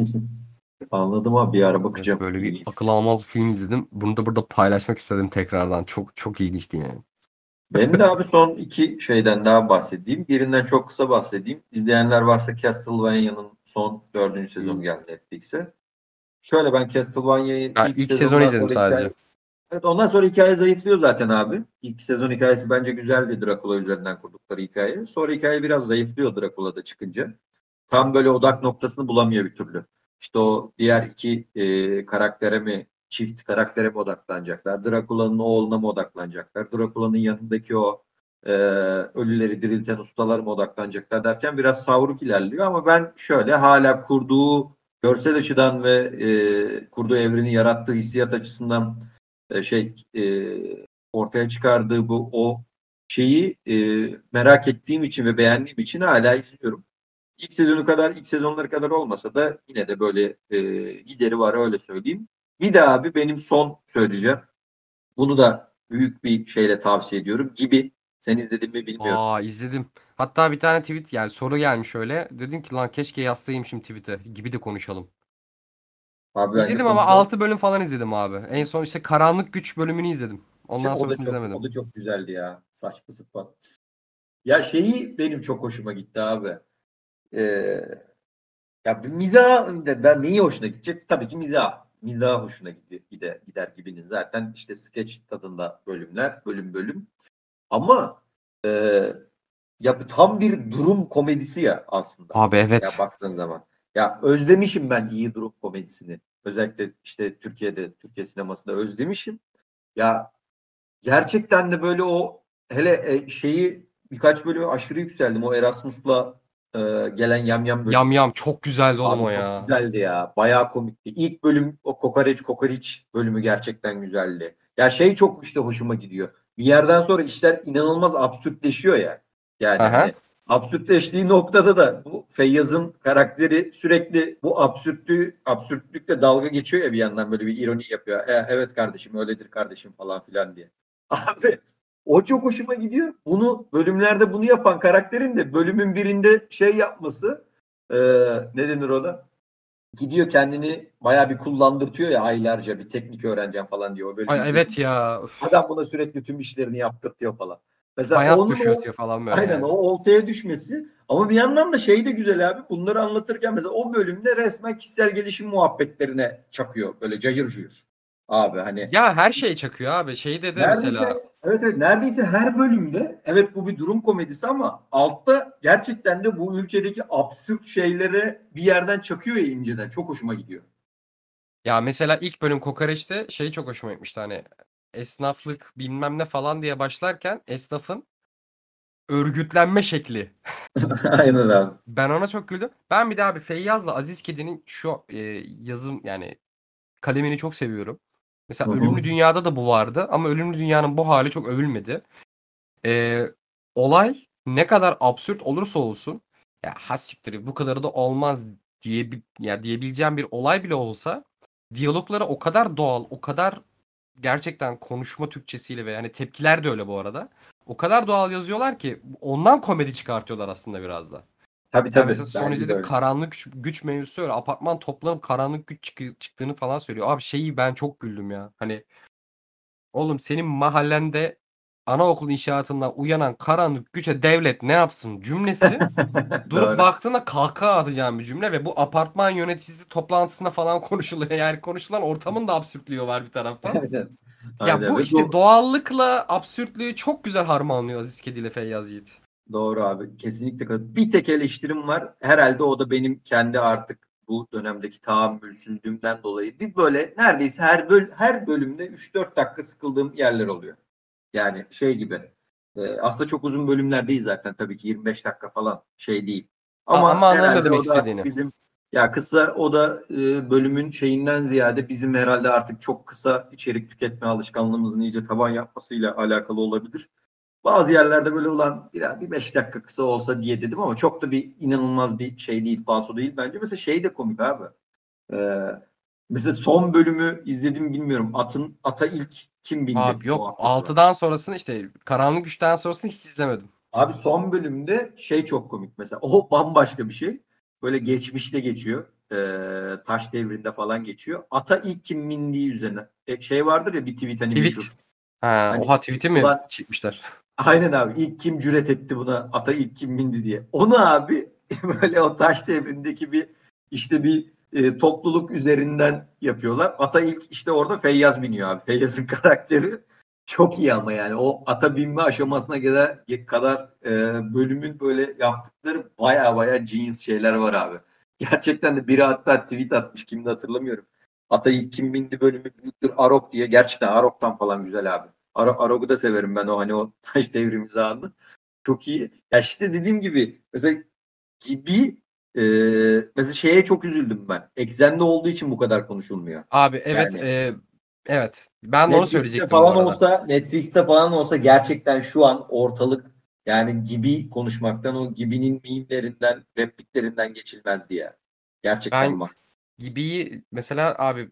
Anladım abi, bir ara Evet, bakacağım. böyle bir akıl İlginçmiş. almaz bir film izledim. Bunu da burada paylaşmak istedim tekrardan. Çok çok ilginçti yani. Benim de abi son iki şeyden daha bahsedeyim. Birinden çok kısa bahsedeyim. İzleyenler varsa Castlevania'nın son dördüncü sezonu Hmm. geldi Netflix'e. Şöyle ben Castlevania'yı Ben ilk ilk sezonu sezondan izledim sonra hikaye... sadece. Evet, ondan sonra hikaye zayıflıyor zaten abi. İlk sezon hikayesi bence güzeldi, Dracula üzerinden kurdukları hikaye. Sonra hikaye biraz zayıflıyor Dracula'da çıkınca. Tam böyle odak noktasını bulamıyor bir türlü. İşte o diğer iki e, karaktere mi, çift karaktere mi odaklanacaklar? Dracula'nın oğluna mı odaklanacaklar? Dracula'nın yanındaki o e, ölüleri dirilten ustalar mı odaklanacaklar derken biraz savruk ilerliyor. Ama ben şöyle hala kurduğu görsel açıdan ve e, kurduğu evreni yarattığı hissiyat açısından e, şey e, ortaya çıkardığı bu o şeyi e, merak ettiğim için ve beğendiğim için hala izliyorum. İlk sezonu kadar, ilk sezonları kadar olmasa da yine de böyle e, gideri var, öyle söyleyeyim. Bir de abi benim son söyleyeceğim. Bunu da büyük bir şeyle tavsiye ediyorum. Gibi. Sen izledin mi bilmiyorum. Aa izledim. Hatta bir tane tweet yani soru gelmiş öyle. Dedim ki lan keşke yazsaymışım tweet'e gibi de konuşalım. Abi bence İzledim ama konuşalım. altı bölüm falan izledim abi. En son işte Karanlık Güç bölümünü izledim. Şey, Ondan o da sonrasını çok izlemedim. o da çok güzeldi ya. Saçma sapan. Ya şeyi benim çok hoşuma gitti abi. Ee, Ya bir mizah da neyi hoşuna gidecek? Tabii ki mizah. Mizah hoşuna gidiyor, gider, gider gibinin. Zaten işte skeç tadında bölümler, bölüm bölüm. Ama e, ya tam bir durum komedisi ya aslında. Abi Ya evet. baktığın zaman. Ya özlemişim ben iyi durum komedisini. Özellikle işte Türkiye'de, Türkiye sinemasında özlemişim. Ya gerçekten de böyle o hele e, şeyi birkaç bölüme aşırı yükseldim. O Erasmus'la e, gelen yamyam bölümü. Yam Yam çok güzeldi oğlum Abi o çok ya. güzeldi ya. Bayağı komikti. İlk bölüm o kokoreç kokoreç bölümü gerçekten güzeldi. Ya şey çok işte hoşuma gidiyor. Bir yerden sonra işler inanılmaz absürtleşiyor ya. Yani Aha. hani absürtleştiği noktada da bu Feyyaz'ın karakteri sürekli bu absürtlüğü absürtlükle dalga geçiyor ya, bir yandan böyle bir ironi yapıyor. E, evet kardeşim öyledir kardeşim falan filan diye. Abi o çok hoşuma gidiyor. Bunu bölümlerde bunu yapan karakterin de bölümün birinde şey yapması, e, ne denir ona? Gidiyor kendini bayağı bir kullandırtıyor ya, aylarca bir teknik öğreneceğim falan diyor. O bölümü Ay izledim. evet ya. Üf. Adam buna sürekli tüm işlerini yaptırtıyor falan. Mesela Fayans onun o döşüyor falan böyle aynen o yani. oltaya düşmesi, ama bir yandan da şey de güzel abi. Bunları anlatırken mesela o bölümde resmen kişisel gelişim muhabbetlerine çakıyor. Böyle cayır cayır. Abi hani Ya her şey çakıyor abi. Şey dedi mesela. neredeyse evet evet neredeyse her bölümde evet bu bir durum komedisi ama altta gerçekten de bu ülkedeki absürt şeylere bir yerden çakıyor ya inceden. Çok hoşuma gidiyor. Ya mesela ilk bölüm Kokoreç'te şey çok hoşuma gitmişti, hani esnaflık bilmem ne falan diye başlarken esnafın örgütlenme şekli. Aynen abi. Ben ona çok güldüm. Ben bir daha abi Feyyaz'la Aziz Kedi'nin şu e, yazım yani kalemini çok seviyorum. Mesela Hı hı. Ölümlü Dünya'da da bu vardı ama Ölümlü Dünya'nın bu hali çok övülmedi. E, olay ne kadar absürt olursa olsun, ya hassiktir bu kadarı da olmaz diye ya diyebileceğim bir olay bile olsa diyalogları o kadar doğal, o kadar gerçekten konuşma Türkçesiyle ve yani tepkiler de öyle bu arada. O kadar doğal yazıyorlar ki ondan komedi çıkartıyorlar aslında biraz da. Tabii Yani mesela tabii. son Bence de izledim, öyle. karanlık güç, güç mevzusu öyle. Apartman toplanıp karanlık güç çıkı- çıktığını falan söylüyor. Abi şeyi ben çok güldüm ya. Hani oğlum senin mahallende anaokul inşaatından uyanan karanlık güce devlet ne yapsın cümlesi, durup Doğru. baktığında kahkaha atacağım bir cümle ve bu apartman yöneticisi toplantısında falan konuşuluyor. Yani konuşulan ortamın da absürtlüğü var bir taraftan. Aynen. Ya Aynen. bu Ve işte do- doğallıkla absürtlüğü çok güzel harmanlıyor Aziz Kedi ile Feyyaz Yiğit. doğru abi. Kesinlikle katılıyorum. Bir tek eleştirim var. Herhalde o da benim kendi artık bu dönemdeki tahammülsüzlüğümden dolayı. Bir böyle neredeyse her böl her bölümde üç dört dakika sıkıldığım yerler oluyor. Yani şey gibi. E, aslında çok uzun bölümler değil zaten tabii ki yirmi beş dakika falan şey değil. A- Ama ama anladım ne herhalde demek o da artık istediğini. bizim ya kısa o da e, bölümün şeyinden ziyade bizim herhalde artık çok kısa içerik tüketme alışkanlığımızın iyice tavan yapmasıyla alakalı olabilir. Bazı yerlerde böyle olan bir, bir beş dakika kısa olsa diye dedim ama çok da bir inanılmaz bir şey değil, falso değil bence. Mesela şey de komik abi. Ee, mesela son bölümü izledim bilmiyorum. Atın ata ilk kim bindi Abi yok, muhabbeti var. altıdan sonrasını işte karanlık güçten sonrasını hiç izlemedim. Abi son bölümde şey çok komik mesela. O bambaşka bir şey. Böyle geçmişte geçiyor. Ee, taş devrinde falan geçiyor. Ata ilk kim bindiği üzerine. E, şey vardır ya bir tweet hani Tweet. meşhur. Ha, Hani oha tweet'i mi ulan çekmişler? aynen abi ilk kim cüret etti buna ata ilk kim bindi diye. Onu abi böyle o taş devrindeki bir işte bir e, topluluk üzerinden yapıyorlar. Ata ilk işte orada Feyyaz biniyor abi. Feyyaz'ın karakteri çok iyi ama yani o ata binme aşamasına kadar kadar e, bölümün böyle yaptıkları baya baya genius şeyler var abi. Gerçekten de biri hatta tweet atmış kimdi hatırlamıyorum. Ata ilk kim bindi bölümü büyüktür Arok diye. Gerçekten Arok'tan falan güzel abi. Ara, Arog'u da severim ben o hani o taş devrim zamanı. Çok iyi. Ya işte dediğim gibi mesela gibi e, mesela şeye çok üzüldüm ben. Eksende olduğu için bu kadar konuşulmuyor. Abi evet, Yani e, evet. Ben de onu Netflix'te söyleyecektim bu falan arada. olsa Netflix'te falan olsa gerçekten şu an ortalık yani gibi konuşmaktan o gibinin mimlerinden, repliklerinden geçilmezdi ya. Gerçekten Ben bak. Gibi'yi mesela abi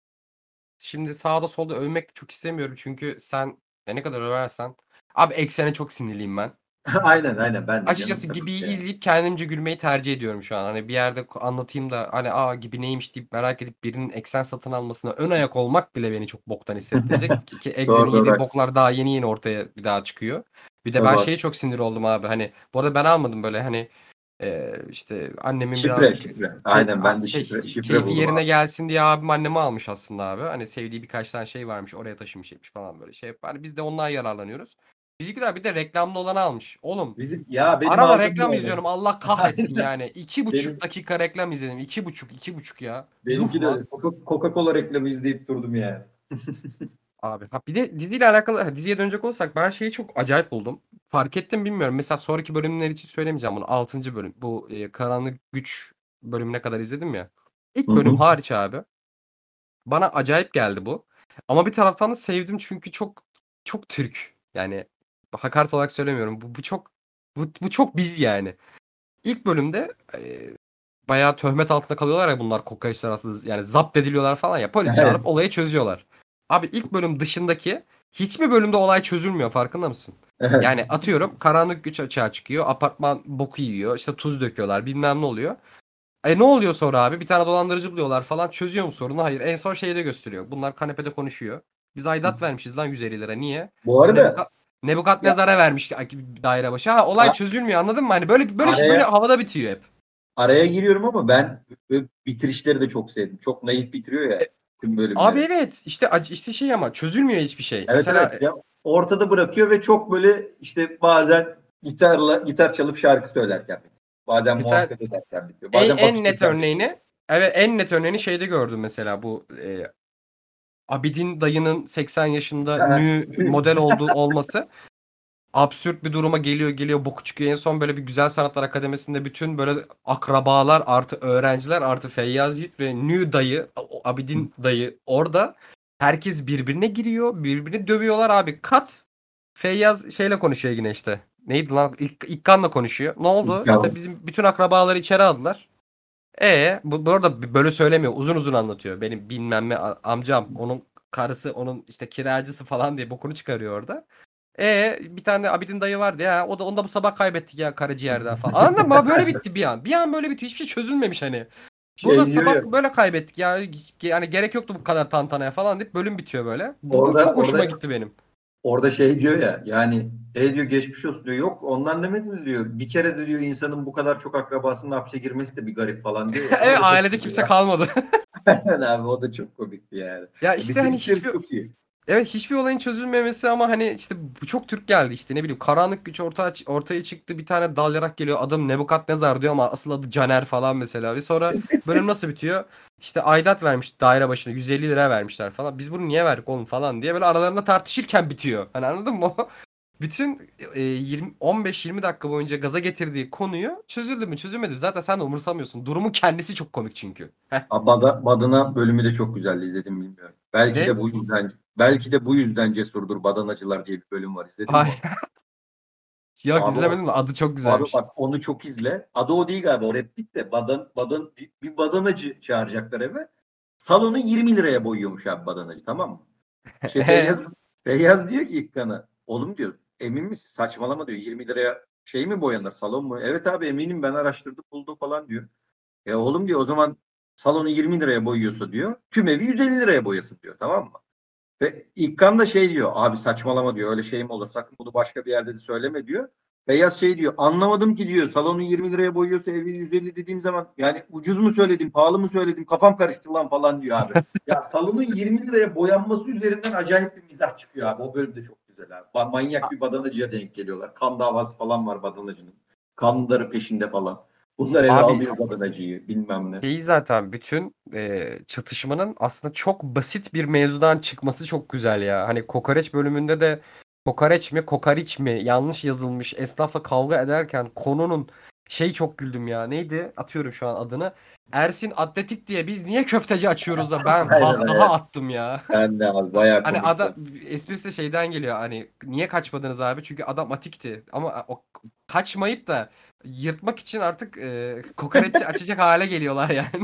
şimdi sağda solda övmek de çok istemiyorum çünkü sen ya ne kadar översen abi Eksen'e çok sinirliyim ben. Aynen aynen ben de canım Açıkçası tabii Gibi'yi ki. Yani. izleyip kendimce gülmeyi tercih ediyorum şu an. Hani bir yerde ko- anlatayım da hani aa Gibi neymiş deyip merak edip birinin Eksen satın almasına ön ayak olmak bile beni çok boktan hissettirecek. Ki ki Eksen'in Doğru doğru yediği haklısın. boklar daha yeni yeni ortaya bir daha çıkıyor. Bir de Tabii ben şeye çok haklısın. sinir oldum abi. Hani bu arada ben almadım böyle hani e, işte annemin Şifre birazcık şifre. ke- Aynen a- ben de şey şifre şifre keyfi buldum yerine abi. gelsin diye abim annemi almış aslında abi. Hani sevdiği birkaç tane şey varmış, oraya taşımış etmiş falan böyle şey. Hani biz de ondan yararlanıyoruz. Bizimkiler bir de reklamlı olanı almış. Oğlum Bizim ya benim arada aldığım da reklam öyle. izliyorum. Allah kahretsin Aynen. yani. İki buçuk Benim dakika reklam izledim. İki buçuk, iki buçuk ya. Yuh benimki de lan. öyle. Coca- Coca-Cola reklamı izleyip durdum yani. Abi ha bir de diziyle alakalı ha, diziye dönecek olsak ben şeyi çok acayip buldum. Fark ettim bilmiyorum. Mesela sonraki bölümler için söylemeyeceğim bunu. Altıncı bölüm. Bu e, Karanlık Güç bölümüne kadar izledim ya. Hı İlk bölüm hı. hariç abi. Bana acayip geldi bu. Ama bir taraftan da sevdim çünkü çok çok Türk. Yani hakaret olarak söylemiyorum. Bu, bu çok bu, bu çok biz yani. İlk bölümde e, bayağı töhmet altında kalıyorlar ya bunlar kokoreçler aslında, yani zapt ediliyorlar falan ya, polis Evet. çağırıp olayı çözüyorlar. Abi ilk bölüm dışındaki hiçbir bölümde olay çözülmüyor, farkında mısın? Evet. Yani atıyorum karanlık güç açığa çıkıyor, apartman boku yiyor, işte tuz döküyorlar, bilmem ne oluyor. E ne oluyor sonra abi, bir tane dolandırıcı buluyorlar falan, çözüyor mu sorunu? Hayır, en son şeyde gösteriyor, bunlar kanepede konuşuyor. Biz aidat vermişiz lan yüz elli lira, niye? Bu arada Nebukat ya Nebukadnezar'a vermiş daire başı. Ha, olay a- çözülmüyor, anladın mı? Hani böyle böyle böyle araya havada bitiyor hep. araya giriyorum ama ben böyle bitirişleri de çok sevdim. Çok naif bitiriyor ya. tüm Abi bölümleri. evet işte ac- işte şey ama çözülmüyor hiçbir şey. Evet Mesela evet ya, ortada bırakıyor ve çok böyle işte bazen gitarla gitar çalıp şarkı söylerken bitiyor. Bazen mesela muhabbet ederken bitiyor. en, Bazen en net bakışırken bitiyor. örneğini evet en net örneğini şeyde gördüm mesela bu e, Abidin dayının seksen yaşında nü model olduğu olması absürt bir duruma geliyor geliyor boku çıkıyor. En son böyle bir Güzel Sanatlar Akademisi'nde bütün böyle akrabalar artı öğrenciler artı Feyyaz Yiğit ve Nü dayı o Abidin dayı orada herkes birbirine giriyor. Birbirini dövüyorlar abi. Kat Feyyaz şeyle konuşuyor yine işte. Neydi lan? İlk, İlkan'la konuşuyor. Ne oldu? İşte bizim bütün akrabaları içeri aldılar. E bu, bu arada böyle söylemiyor. Uzun uzun anlatıyor. Benim bilmem ne a- amcam, onun karısı, onun işte kiracısı falan diye bokunu çıkarıyor orada. E bir tane Abidin dayı vardı ya. O da onda bu sabah kaybettik ya karaciğerden falan. Anladın mı? Böyle bitti bir an. Bir an böyle bitiyor. Hiçbir şey çözülmemiş hani. Burada Şey diyor sabah ya böyle kaybettik ya. Yani gerek yoktu bu kadar tantanaya falan deyip bölüm bitiyor böyle. Bu, bu orada çok hoşuma orada gitti benim. orada şey diyor ya, yani e diyor geçmiş olsun diyor. Yok ondan demediniz diyor. Bir kere de diyor insanın bu kadar çok akrabasının hapse girmesi de bir garip falan diyor ya. Evet Orada ailede kimse kalmadı. aynen abi, o da çok komikti yani. Ya işte hani Bitirişleri hiçbir çok iyi. evet hiçbir olayın çözülmemesi ama hani işte bu çok Türk geldi işte ne bileyim karanlık güç ortaya ortaya çıktı bir tane dalayarak geliyor adım Nebukadnezar diyor ama asıl adı Caner falan mesela ve sonra bölüm nasıl bitiyor? İşte aidat vermiş daire başına yüz elli lira vermişler falan biz bunu niye verdik oğlum falan diye böyle aralarında tartışırken bitiyor. Hani anladın mı o? Bütün e, yirmi on beş yirmi dakika boyunca gaza getirdiği konuyu çözüldü mü çözülmedi mi? Zaten sen de umursamıyorsun. Durumun kendisi çok komik çünkü. Heh. Bada, Badana bölümü de çok güzeldi, izledim bilmiyorum. Belki Ne? de bu yüzden belki de bu yüzden Cesurdur Badanacılar diye bir bölüm var. İzledin mi Ay onu? yok Abi, o- izlemedim de adı çok abi güzelmiş. bak onu çok izle. Adı o değil galiba. O replik de badan, badan, bir, bir badanacı çağıracaklar eve. Salonu yirmi liraya boyuyormuş abi badanacı, tamam mı? İşte Feyyaz, Feyyaz diyor ki İlkan'a, oğlum diyor emin misin, saçmalama diyor, yirmi liraya şey mi boyanır, salon mu? Evet abi eminim, ben araştırdım buldum falan diyor. E oğlum diyor, o zaman salonu yirmi liraya boyuyorsa diyor tüm evi yüz elli liraya boyasın diyor, tamam mı? Ve İlkan da şey diyor, abi saçmalama diyor, öyle şey mi olur, sakın bunu başka bir yerde de söyleme diyor. Beyaz şey diyor, anlamadım ki diyor, salonu yirmi liraya boyuyorsa evi yüz elli dediğim zaman yani ucuz mu söyledim pahalı mı söyledim, kafam karıştı lan falan diyor abi. Ya salonun yirmi liraya boyanması üzerinden acayip bir mizah çıkıyor abi, o bölüm de çok güzel abi. Manyak bir badanacıya denk geliyorlar, kan davası falan var badanacının, kanları peşinde falan. Bunlar eve Abi alıyor badanacıyı bilmem ne. şeyi zaten bütün e, çatışmanın aslında çok basit bir mevzudan çıkması çok güzel ya. Hani kokoreç bölümünde de kokoreç mi kokariç mi yanlış yazılmış esnafla kavga ederken konunun şey çok güldüm ya. Neydi? Atıyorum şu an adını. Ersin Atletik diye biz niye köfteci açıyoruz da ben Aynen kahkaha aynen. attım ya. Ben de abi bayağı Hani adam komikti. esprisi de şeyden geliyor hani niye kaçmadınız abi? Çünkü adam atikti. Ama o kaçmayıp da yırtmak için artık e, kokoreççi açacak hale geliyorlar yani.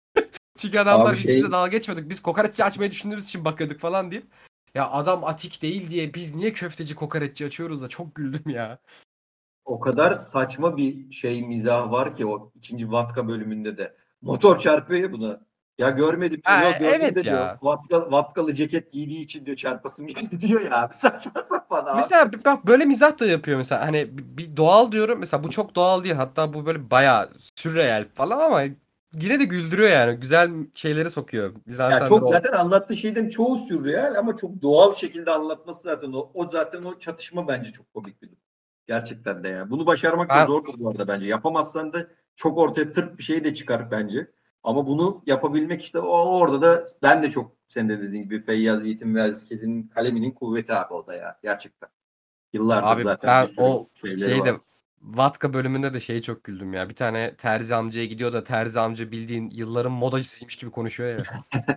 Çünkü Abi adamlar biz sizle şey, dalga geçmiyorduk. Biz kokoreççi açmayı düşündüğümüz için bakıyorduk falan deyip. Ya adam atik değil diye biz niye köfteci kokoreççi açıyoruz da çok güldüm ya. o kadar saçma bir şey mizah var ki o ikinci Vatka bölümünde de. Motor çarpıyor ya buna. Ya görmedim diyor. Ha, Yok e- gördüm evet de diyor. ya. Vatka, vatkalı ceket giydiği için diyor çarpasım geldi diyor ya abi. Saçma sapan abi. Mesela bir- bak böyle mizah da yapıyor mesela. Hani bir bir doğal diyorum. Mesela bu çok doğal değil. Hatta bu böyle bayağı sürreel falan ama yine de güldürüyor yani. Güzel şeyleri sokuyor. Ya Mizansenleri çok o. zaten anlattığı şeyden çoğu sürreal ama çok doğal şekilde anlatması zaten o. O zaten o çatışma bence çok komik bir durum. Gerçekten de yani. Bunu başarmak da Ben zordur bu arada bence. Yapamazsan da çok ortaya tırt bir şey de çıkar bence. Ama bunu yapabilmek işte o orada da ben de çok, sen de dediğin gibi Feyyaz Yiğit'in ve Aziz Kedin'in kaleminin kuvveti abi o da ya. Gerçekten. Yıllardır abi zaten bir ben sürü o şeyleri var. şeyde Vatka bölümünde de şeyi çok güldüm ya. Bir tane terzi amcaya gidiyor da terzi amca bildiğin yılların modacısıymış gibi konuşuyor ya.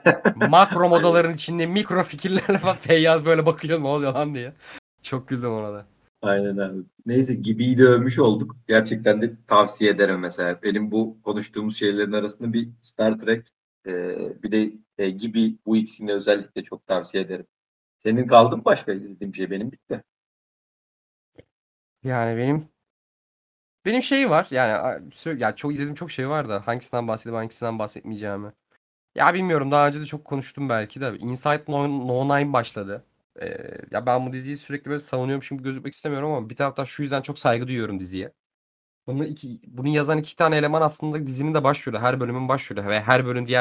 Makro modaların içinde mikro fikirlerle falan Feyyaz böyle bakıyor ne oluyor lan diye. Çok güldüm ona da. Aynen abi. Neyse Gibi'yi de övmüş olduk. Gerçekten de tavsiye ederim mesela. Benim bu konuştuğumuz şeylerin arasında bir Star Trek, e, bir de e, Gibi, bu ikisini özellikle çok tavsiye ederim. Senin kaldı mı başka izlediğim şey? Benim bitti. Yani benim benim şey var yani a- sö- ya çok izlediğim çok şey var da hangisinden bahsedeyim hangisinden bahsetmeyeceğimi. Ya bilmiyorum daha önce de çok konuştum belki de. Inside No, No Nine başladı. Ee, ya ben bu diziyi sürekli böyle savunuyormuşum gibi gözükmek istemiyorum ama bir taraftan şu yüzden çok saygı duyuyorum diziye. Bunu iki, bunu yazan iki tane eleman aslında dizinin de başrolü, her bölümün başrolü ve her bölüm diğer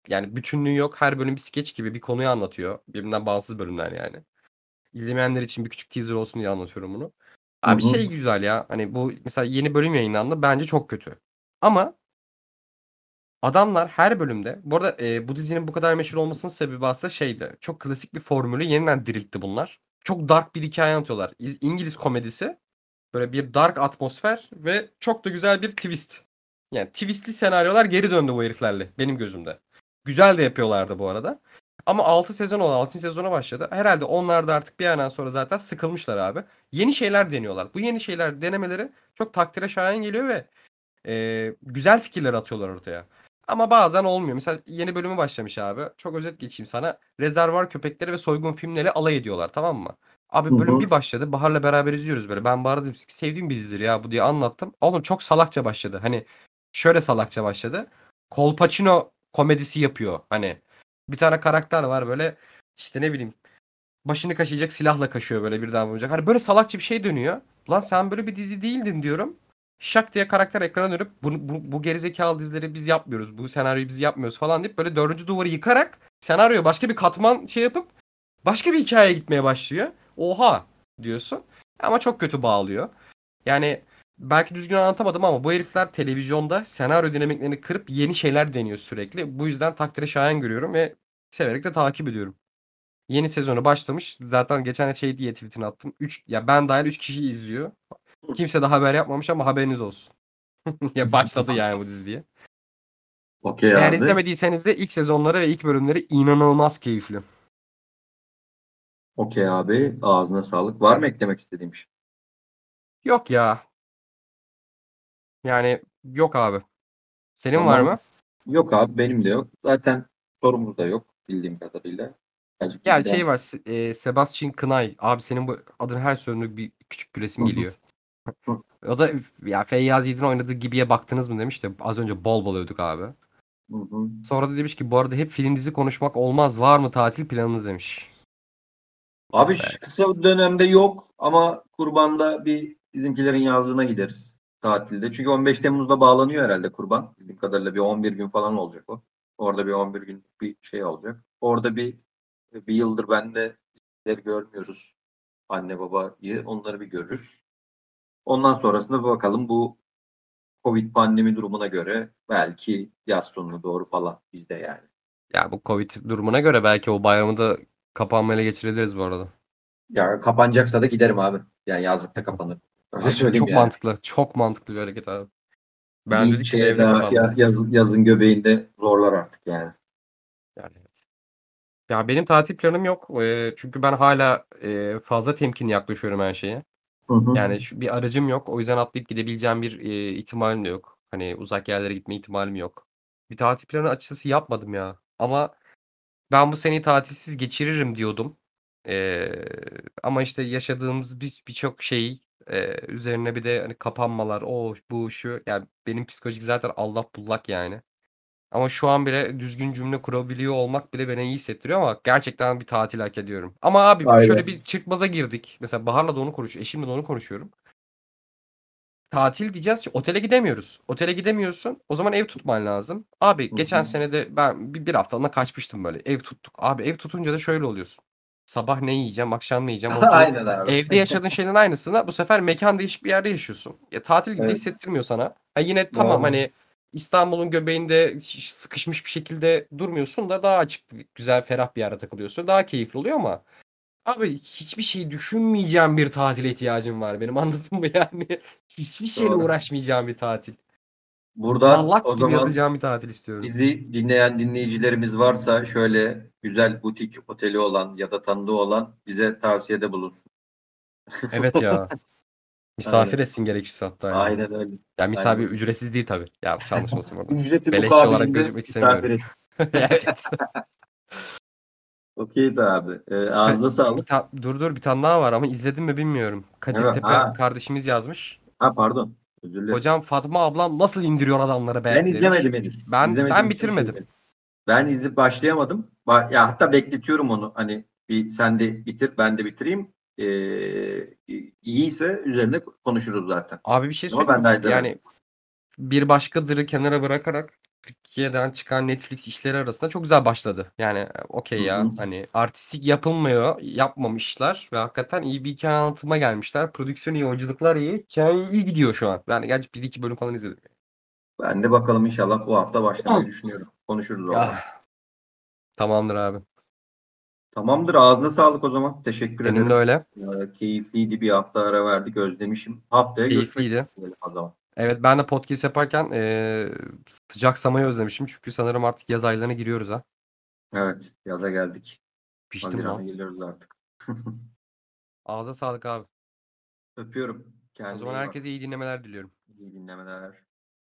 yani bütünlüğü yok. Her bölüm bir skeç gibi bir konuyu anlatıyor. Birbirinden bağımsız bölümler yani. İzlemeyenler için bir küçük teaser olsun diye anlatıyorum bunu. Hı Abi hı. şey güzel ya. Hani bu mesela yeni bölüm yayınlandı. Bence çok kötü. Ama adamlar her bölümde, bu arada e, bu dizinin bu kadar meşhur olmasının sebebi aslında şeydi. Çok klasik bir formülü yeniden diriltti bunlar. Çok dark bir hikaye anlatıyorlar. İz- İngiliz komedisi. Böyle bir dark atmosfer ve çok da güzel bir twist. Yani twistli senaryolar geri döndü bu heriflerle benim gözümde. Güzel de yapıyorlardı bu arada. Ama altı sezon oldu. altıncı sezona başladı. Herhalde onlar da artık bir yerden sonra zaten sıkılmışlar abi. Yeni şeyler deniyorlar. Bu yeni şeyler denemeleri çok takdire şayan geliyor ve e, güzel fikirler atıyorlar ortaya. Ama bazen olmuyor. Mesela yeni bölümü başlamış abi. Çok özet geçeyim sana. Rezervuar köpekleri ve soygun filmleri alay ediyorlar, tamam mı? Hı Abi bölüm hı. bir başladı. Bahar'la beraber izliyoruz böyle. Ben Bahar'a dedim ki sevdiğim bir dizidir ya bu diye anlattım. Oğlum çok salakça başladı. Hani şöyle salakça başladı. Kolpaçino komedisi yapıyor. Hani bir tane karakter var böyle, işte ne bileyim, başını kaşıyacak, silahla kaşıyor böyle birden vuracak. Hani böyle salakça bir şey dönüyor. Lan sen böyle bir dizi değildin diyorum. Şak diye karakter ekrana dönüp bu, bu, bu gerizekalı dizileri biz yapmıyoruz. Bu senaryoyu biz yapmıyoruz falan deyip böyle dördüncü duvarı yıkarak senaryoya başka bir katman şey yapıp başka bir hikayeye gitmeye başlıyor. Oha diyorsun. Ama çok kötü bağlıyor. Yani belki düzgün anlatamadım ama bu herifler televizyonda senaryo dinamiklerini kırıp yeni şeyler deniyor sürekli. Bu yüzden takdire şayan görüyorum ve severek de takip ediyorum. Yeni sezonu başlamış. Zaten geçen şey diye tweetini attım. üç ya ben dahil üç kişi izliyor. Kimse de haber yapmamış ama haberiniz olsun. Ya başladı yani bu dizi diye. Okey Eğer abi. izlemediyseniz de ilk sezonları ve ilk bölümleri inanılmaz keyifli. Okey abi. Ağzına sağlık. Var mı eklemek istediğim bir şey? Yok ya. Yani yok abi. Senin var Tamam. mı? Yok abi benim de yok. Zaten sorumuz da yok bildiğim kadarıyla. Birazcık Ya diziden. şey var. Se- e, Sebastian Kınay. Abi senin bu adını her söylediğinde bir küçük gülesim Hı hı. geliyor. O da ya Feyyaz Yiğit'in oynadığı Gibi'ye baktınız mı demiş de az önce bol bol övdük abi. Hı hı. Sonra da demiş ki bu arada hep film dizi konuşmak olmaz. Var mı tatil planınız demiş. Abi Ah be. şu kısa dönemde yok ama Kurban'da bir bizimkilerin yazlığına gideriz tatilde. Çünkü on beş Temmuz'da bağlanıyor herhalde Kurban. Bildiğim kadarıyla bir on bir gün falan olacak o. Orada bir on bir gün bir şey olacak. Orada bir bir yıldır ben de bizleri görmüyoruz. Anne babayı onları bir görürüz. Ondan sonrasında bir bakalım bu Covid pandemi durumuna göre belki yaz sonuna doğru falan bizde yani. Ya bu Covid durumuna göre belki o bayramı da kapanmayla geçirebiliriz bu arada. Ya kapanacaksa da giderim abi. Yani yazlıkta kapanır. Öyle Abi söyleyeyim çok yani. mantıklı. Çok mantıklı bir hareket abi. Ben Bir dedik ki de şeye evde daha ya- kapanmayız. yaz, yazın göbeğinde zorlar artık yani. Yani evet. Ya benim tatil planım yok. Ee, çünkü ben hala e, fazla temkinli yaklaşıyorum her şeye. Hı hı. Yani şu, bir aracım yok. O yüzden atlayıp gidebileceğim bir e, ihtimalim de yok. Hani uzak yerlere gitme ihtimalim yok. Bir tatil planı açıkçası yapmadım ya. Ama ben bu seneyi tatilsiz geçiririm diyordum. Ee, ama işte yaşadığımız bir birçok şey e, üzerine bir de hani kapanmalar, o bu şu. Yani benim psikolojik zaten allak bullak yani. Ama şu an bile düzgün cümle kurabiliyor olmak bile beni iyi hissettiriyor ama gerçekten bir tatil hak ediyorum. Ama abi şöyle Aynen. bir çıkmaza girdik. Mesela Bahar'la da onu konuşuyor. Eşimle de onu konuşuyorum. Tatil diyeceğiz. Otele gidemiyoruz. Otele gidemiyorsun. O zaman ev tutman lazım. Abi Hı geçen hı. sene de ben bir, bir haftalığına kaçmıştım böyle. Ev tuttuk. Abi ev tutunca da şöyle oluyorsun. Sabah ne yiyeceğim, akşam ne yiyeceğim oturup Aynen abi. evde yaşadığın şeylerin aynısını bu sefer mekan değişik bir yerde yaşıyorsun. Ya tatil gibi de Evet. hissettirmiyor sana. Ha yine tamam Doğru. hani İstanbul'un göbeğinde sıkışmış bir şekilde durmuyorsun da daha açık, güzel, ferah bir yerde takılıyorsun. Daha keyifli oluyor ama abi hiçbir şey düşünmeyeceğim bir tatile ihtiyacım var benim, anladın mı yani? Hiçbir şeyle Doğru. uğraşmayacağım bir tatil. Buradan o Mallak gibi zaman yatacağım bir tatil istiyorum. bizi dinleyen dinleyicilerimiz varsa şöyle güzel butik oteli olan ya da tanıdığı olan bize tavsiyede bulunsun. Evet ya. Misafir Aynen. etsin gerekirse hatta yani. Aynen öyle. Ya Aynen misafir öyle. ücretsiz değil tabii. Ya çalışmasın orada. Ücreti Beleşçi olarak mukabilinde gözükmek misafir istemiyorum. et. Evet. Okey abi. Ee, Ka- ağzına bir sağlık. ta- dur dur bir tane daha var ama izledim mi bilmiyorum. Kadir Evet. Tepe Ha, kardeşimiz yazmış. ha pardon. Özür dilerim. Hocam Fatma ablam nasıl indiriyor adamları Ben be demiş. izlemedim henüz. Ben ben İzlemediğim için bitirmedim. şey. Ben izleyip başlayamadım. Ba- Ya hatta bekletiyorum onu. Hani bir sen de bitir, ben de bitireyim. Ee, iyiyse üzerine konuşuruz zaten. Abi bir şey Ama söyleyeyim ben mi? daha izlemedim. Yani bir başkadırı kenara bırakarak Türkiye'den çıkan Netflix işleri arasında çok güzel başladı. Yani e, okey Hı ya. hı. Hani artistik yapılmıyor, yapmamışlar ve hakikaten iyi bir hikaye anlatıma gelmişler. Prodüksiyon iyi, oyunculuklar iyi. Hikaye iyi gidiyor şu an. Yani gerçi bir iki bölüm falan izledim. Ben de bakalım inşallah bu hafta başlamayı düşünüyorum. Konuşuruz o zaman. Ah, tamamdır abi. Tamamdır. Ağzına sağlık o zaman. Teşekkür Senin de ederim. öyle. Ee, keyifliydi, bir hafta ara verdik. Özlemişim. Haftaya görüşmek Keyifliydi. üzere o zaman. Evet, ben de podcast yaparken eee sıcak samayı özlemişim. Çünkü sanırım artık yaz aylarına giriyoruz ha. Evet. Yaza geldik. Piştim Haziran'a lan. geliyoruz artık. Ağza sağlık abi. Öpüyorum. O Kendine zaman iyi bak. herkese iyi dinlemeler diliyorum. İyi dinlemeler.